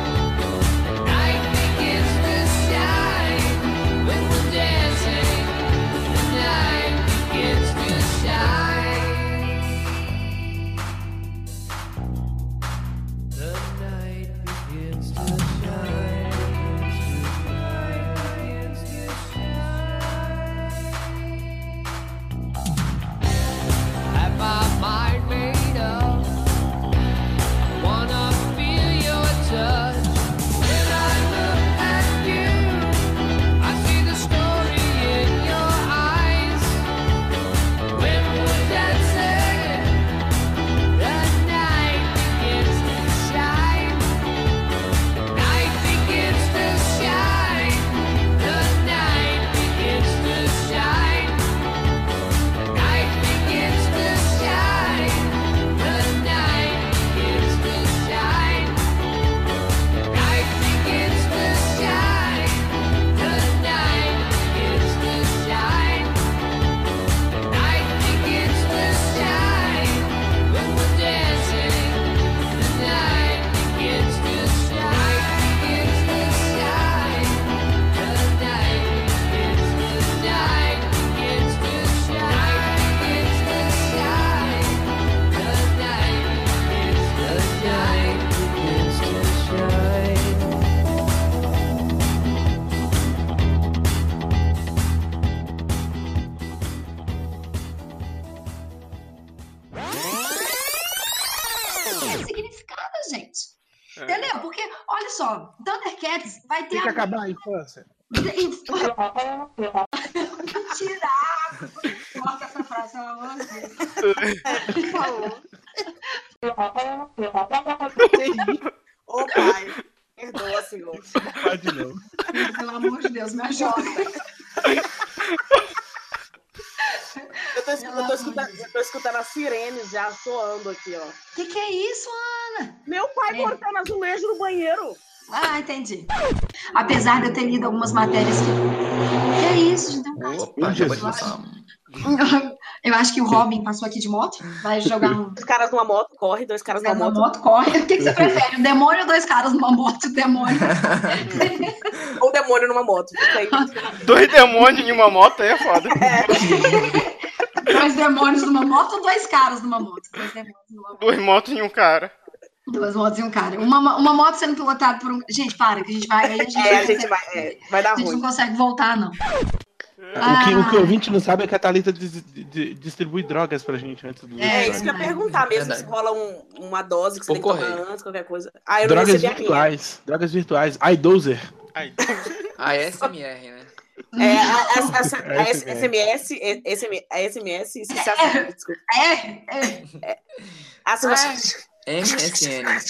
Entendeu? Porque, olha só, Thundercats vai ter... Tem que acabar a infância. Tirar! Corta essa frase, pelo amor de Deus. Por favor. Ô, pai. Perdoa, senhor. Pode não. Pelo amor de Deus, me ajuda. Eu tô escutando as sirenes já soando aqui, ó. Que é isso, Ana? Meu pai cortando azulejo no banheiro. Ah, entendi. Apesar de eu ter lido algumas matérias que é isso, gente? Tem um caso. Opa, já pode passar. Eu acho que o Robin passou aqui de moto. Vai jogar um... Dois caras numa moto, corre. Dois caras numa moto. Corre. O que você prefere? O demônio ou dois caras numa moto? O demônio. Ou demônio numa moto. Aí. Dois demônios em uma moto aí é foda. Dois demônios numa moto ou dois caras numa moto? Dois demônios numa moto. Duas motos em um cara. Duas motos e um cara. Uma moto sendo pilotada por um... Gente, para, que a gente vai... Vai dar ruim. A gente não consegue voltar, não. O que o ouvinte não sabe é que a Thalita distribui drogas pra gente antes do... Isso que eu ia perguntar mesmo, se rola uma dose que você tem que tomar antes, qualquer coisa. Ah, eu drogas virtuais. Drogas virtuais. iDozer. A SMR, né? A SMS, desculpa. MSN.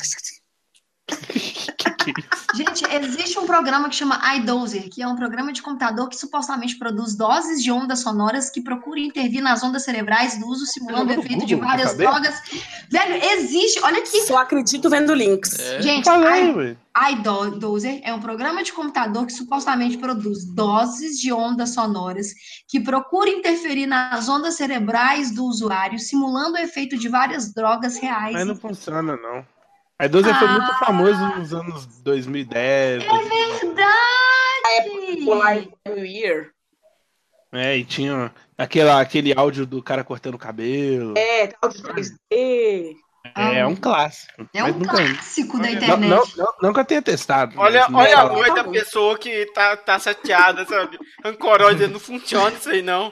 Gente, existe um programa que chama iDozer, que é um programa de computador que supostamente produz doses de ondas sonoras que procura intervir nas ondas cerebrais do uso simulando o efeito de várias drogas. Velho, existe, olha aqui. Só acredito vendo links. Gente, iDozer é um programa de computador que supostamente produz doses de ondas sonoras que procura interferir nas ondas cerebrais do usuário, simulando o efeito de várias drogas reais. Mas não funciona, não. A iDozer foi muito famoso nos anos 2010. É verdade! O Live Year. E tinha aquele áudio do cara cortando o cabelo. Áudio 3D. É um clássico. É um clássico da internet. Nunca tenha testado. Olha a voz da pessoa que tá chateada, sabe? Rancorosa, não funciona isso aí, não.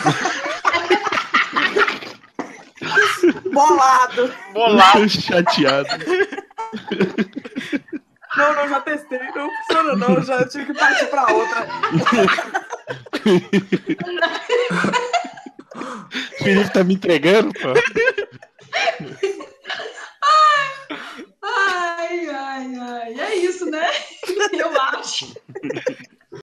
Bolado. Chateado. Não, já testei. Não funciona, não. Já tive que partir pra outra. O Felipe tá me entregando, pô.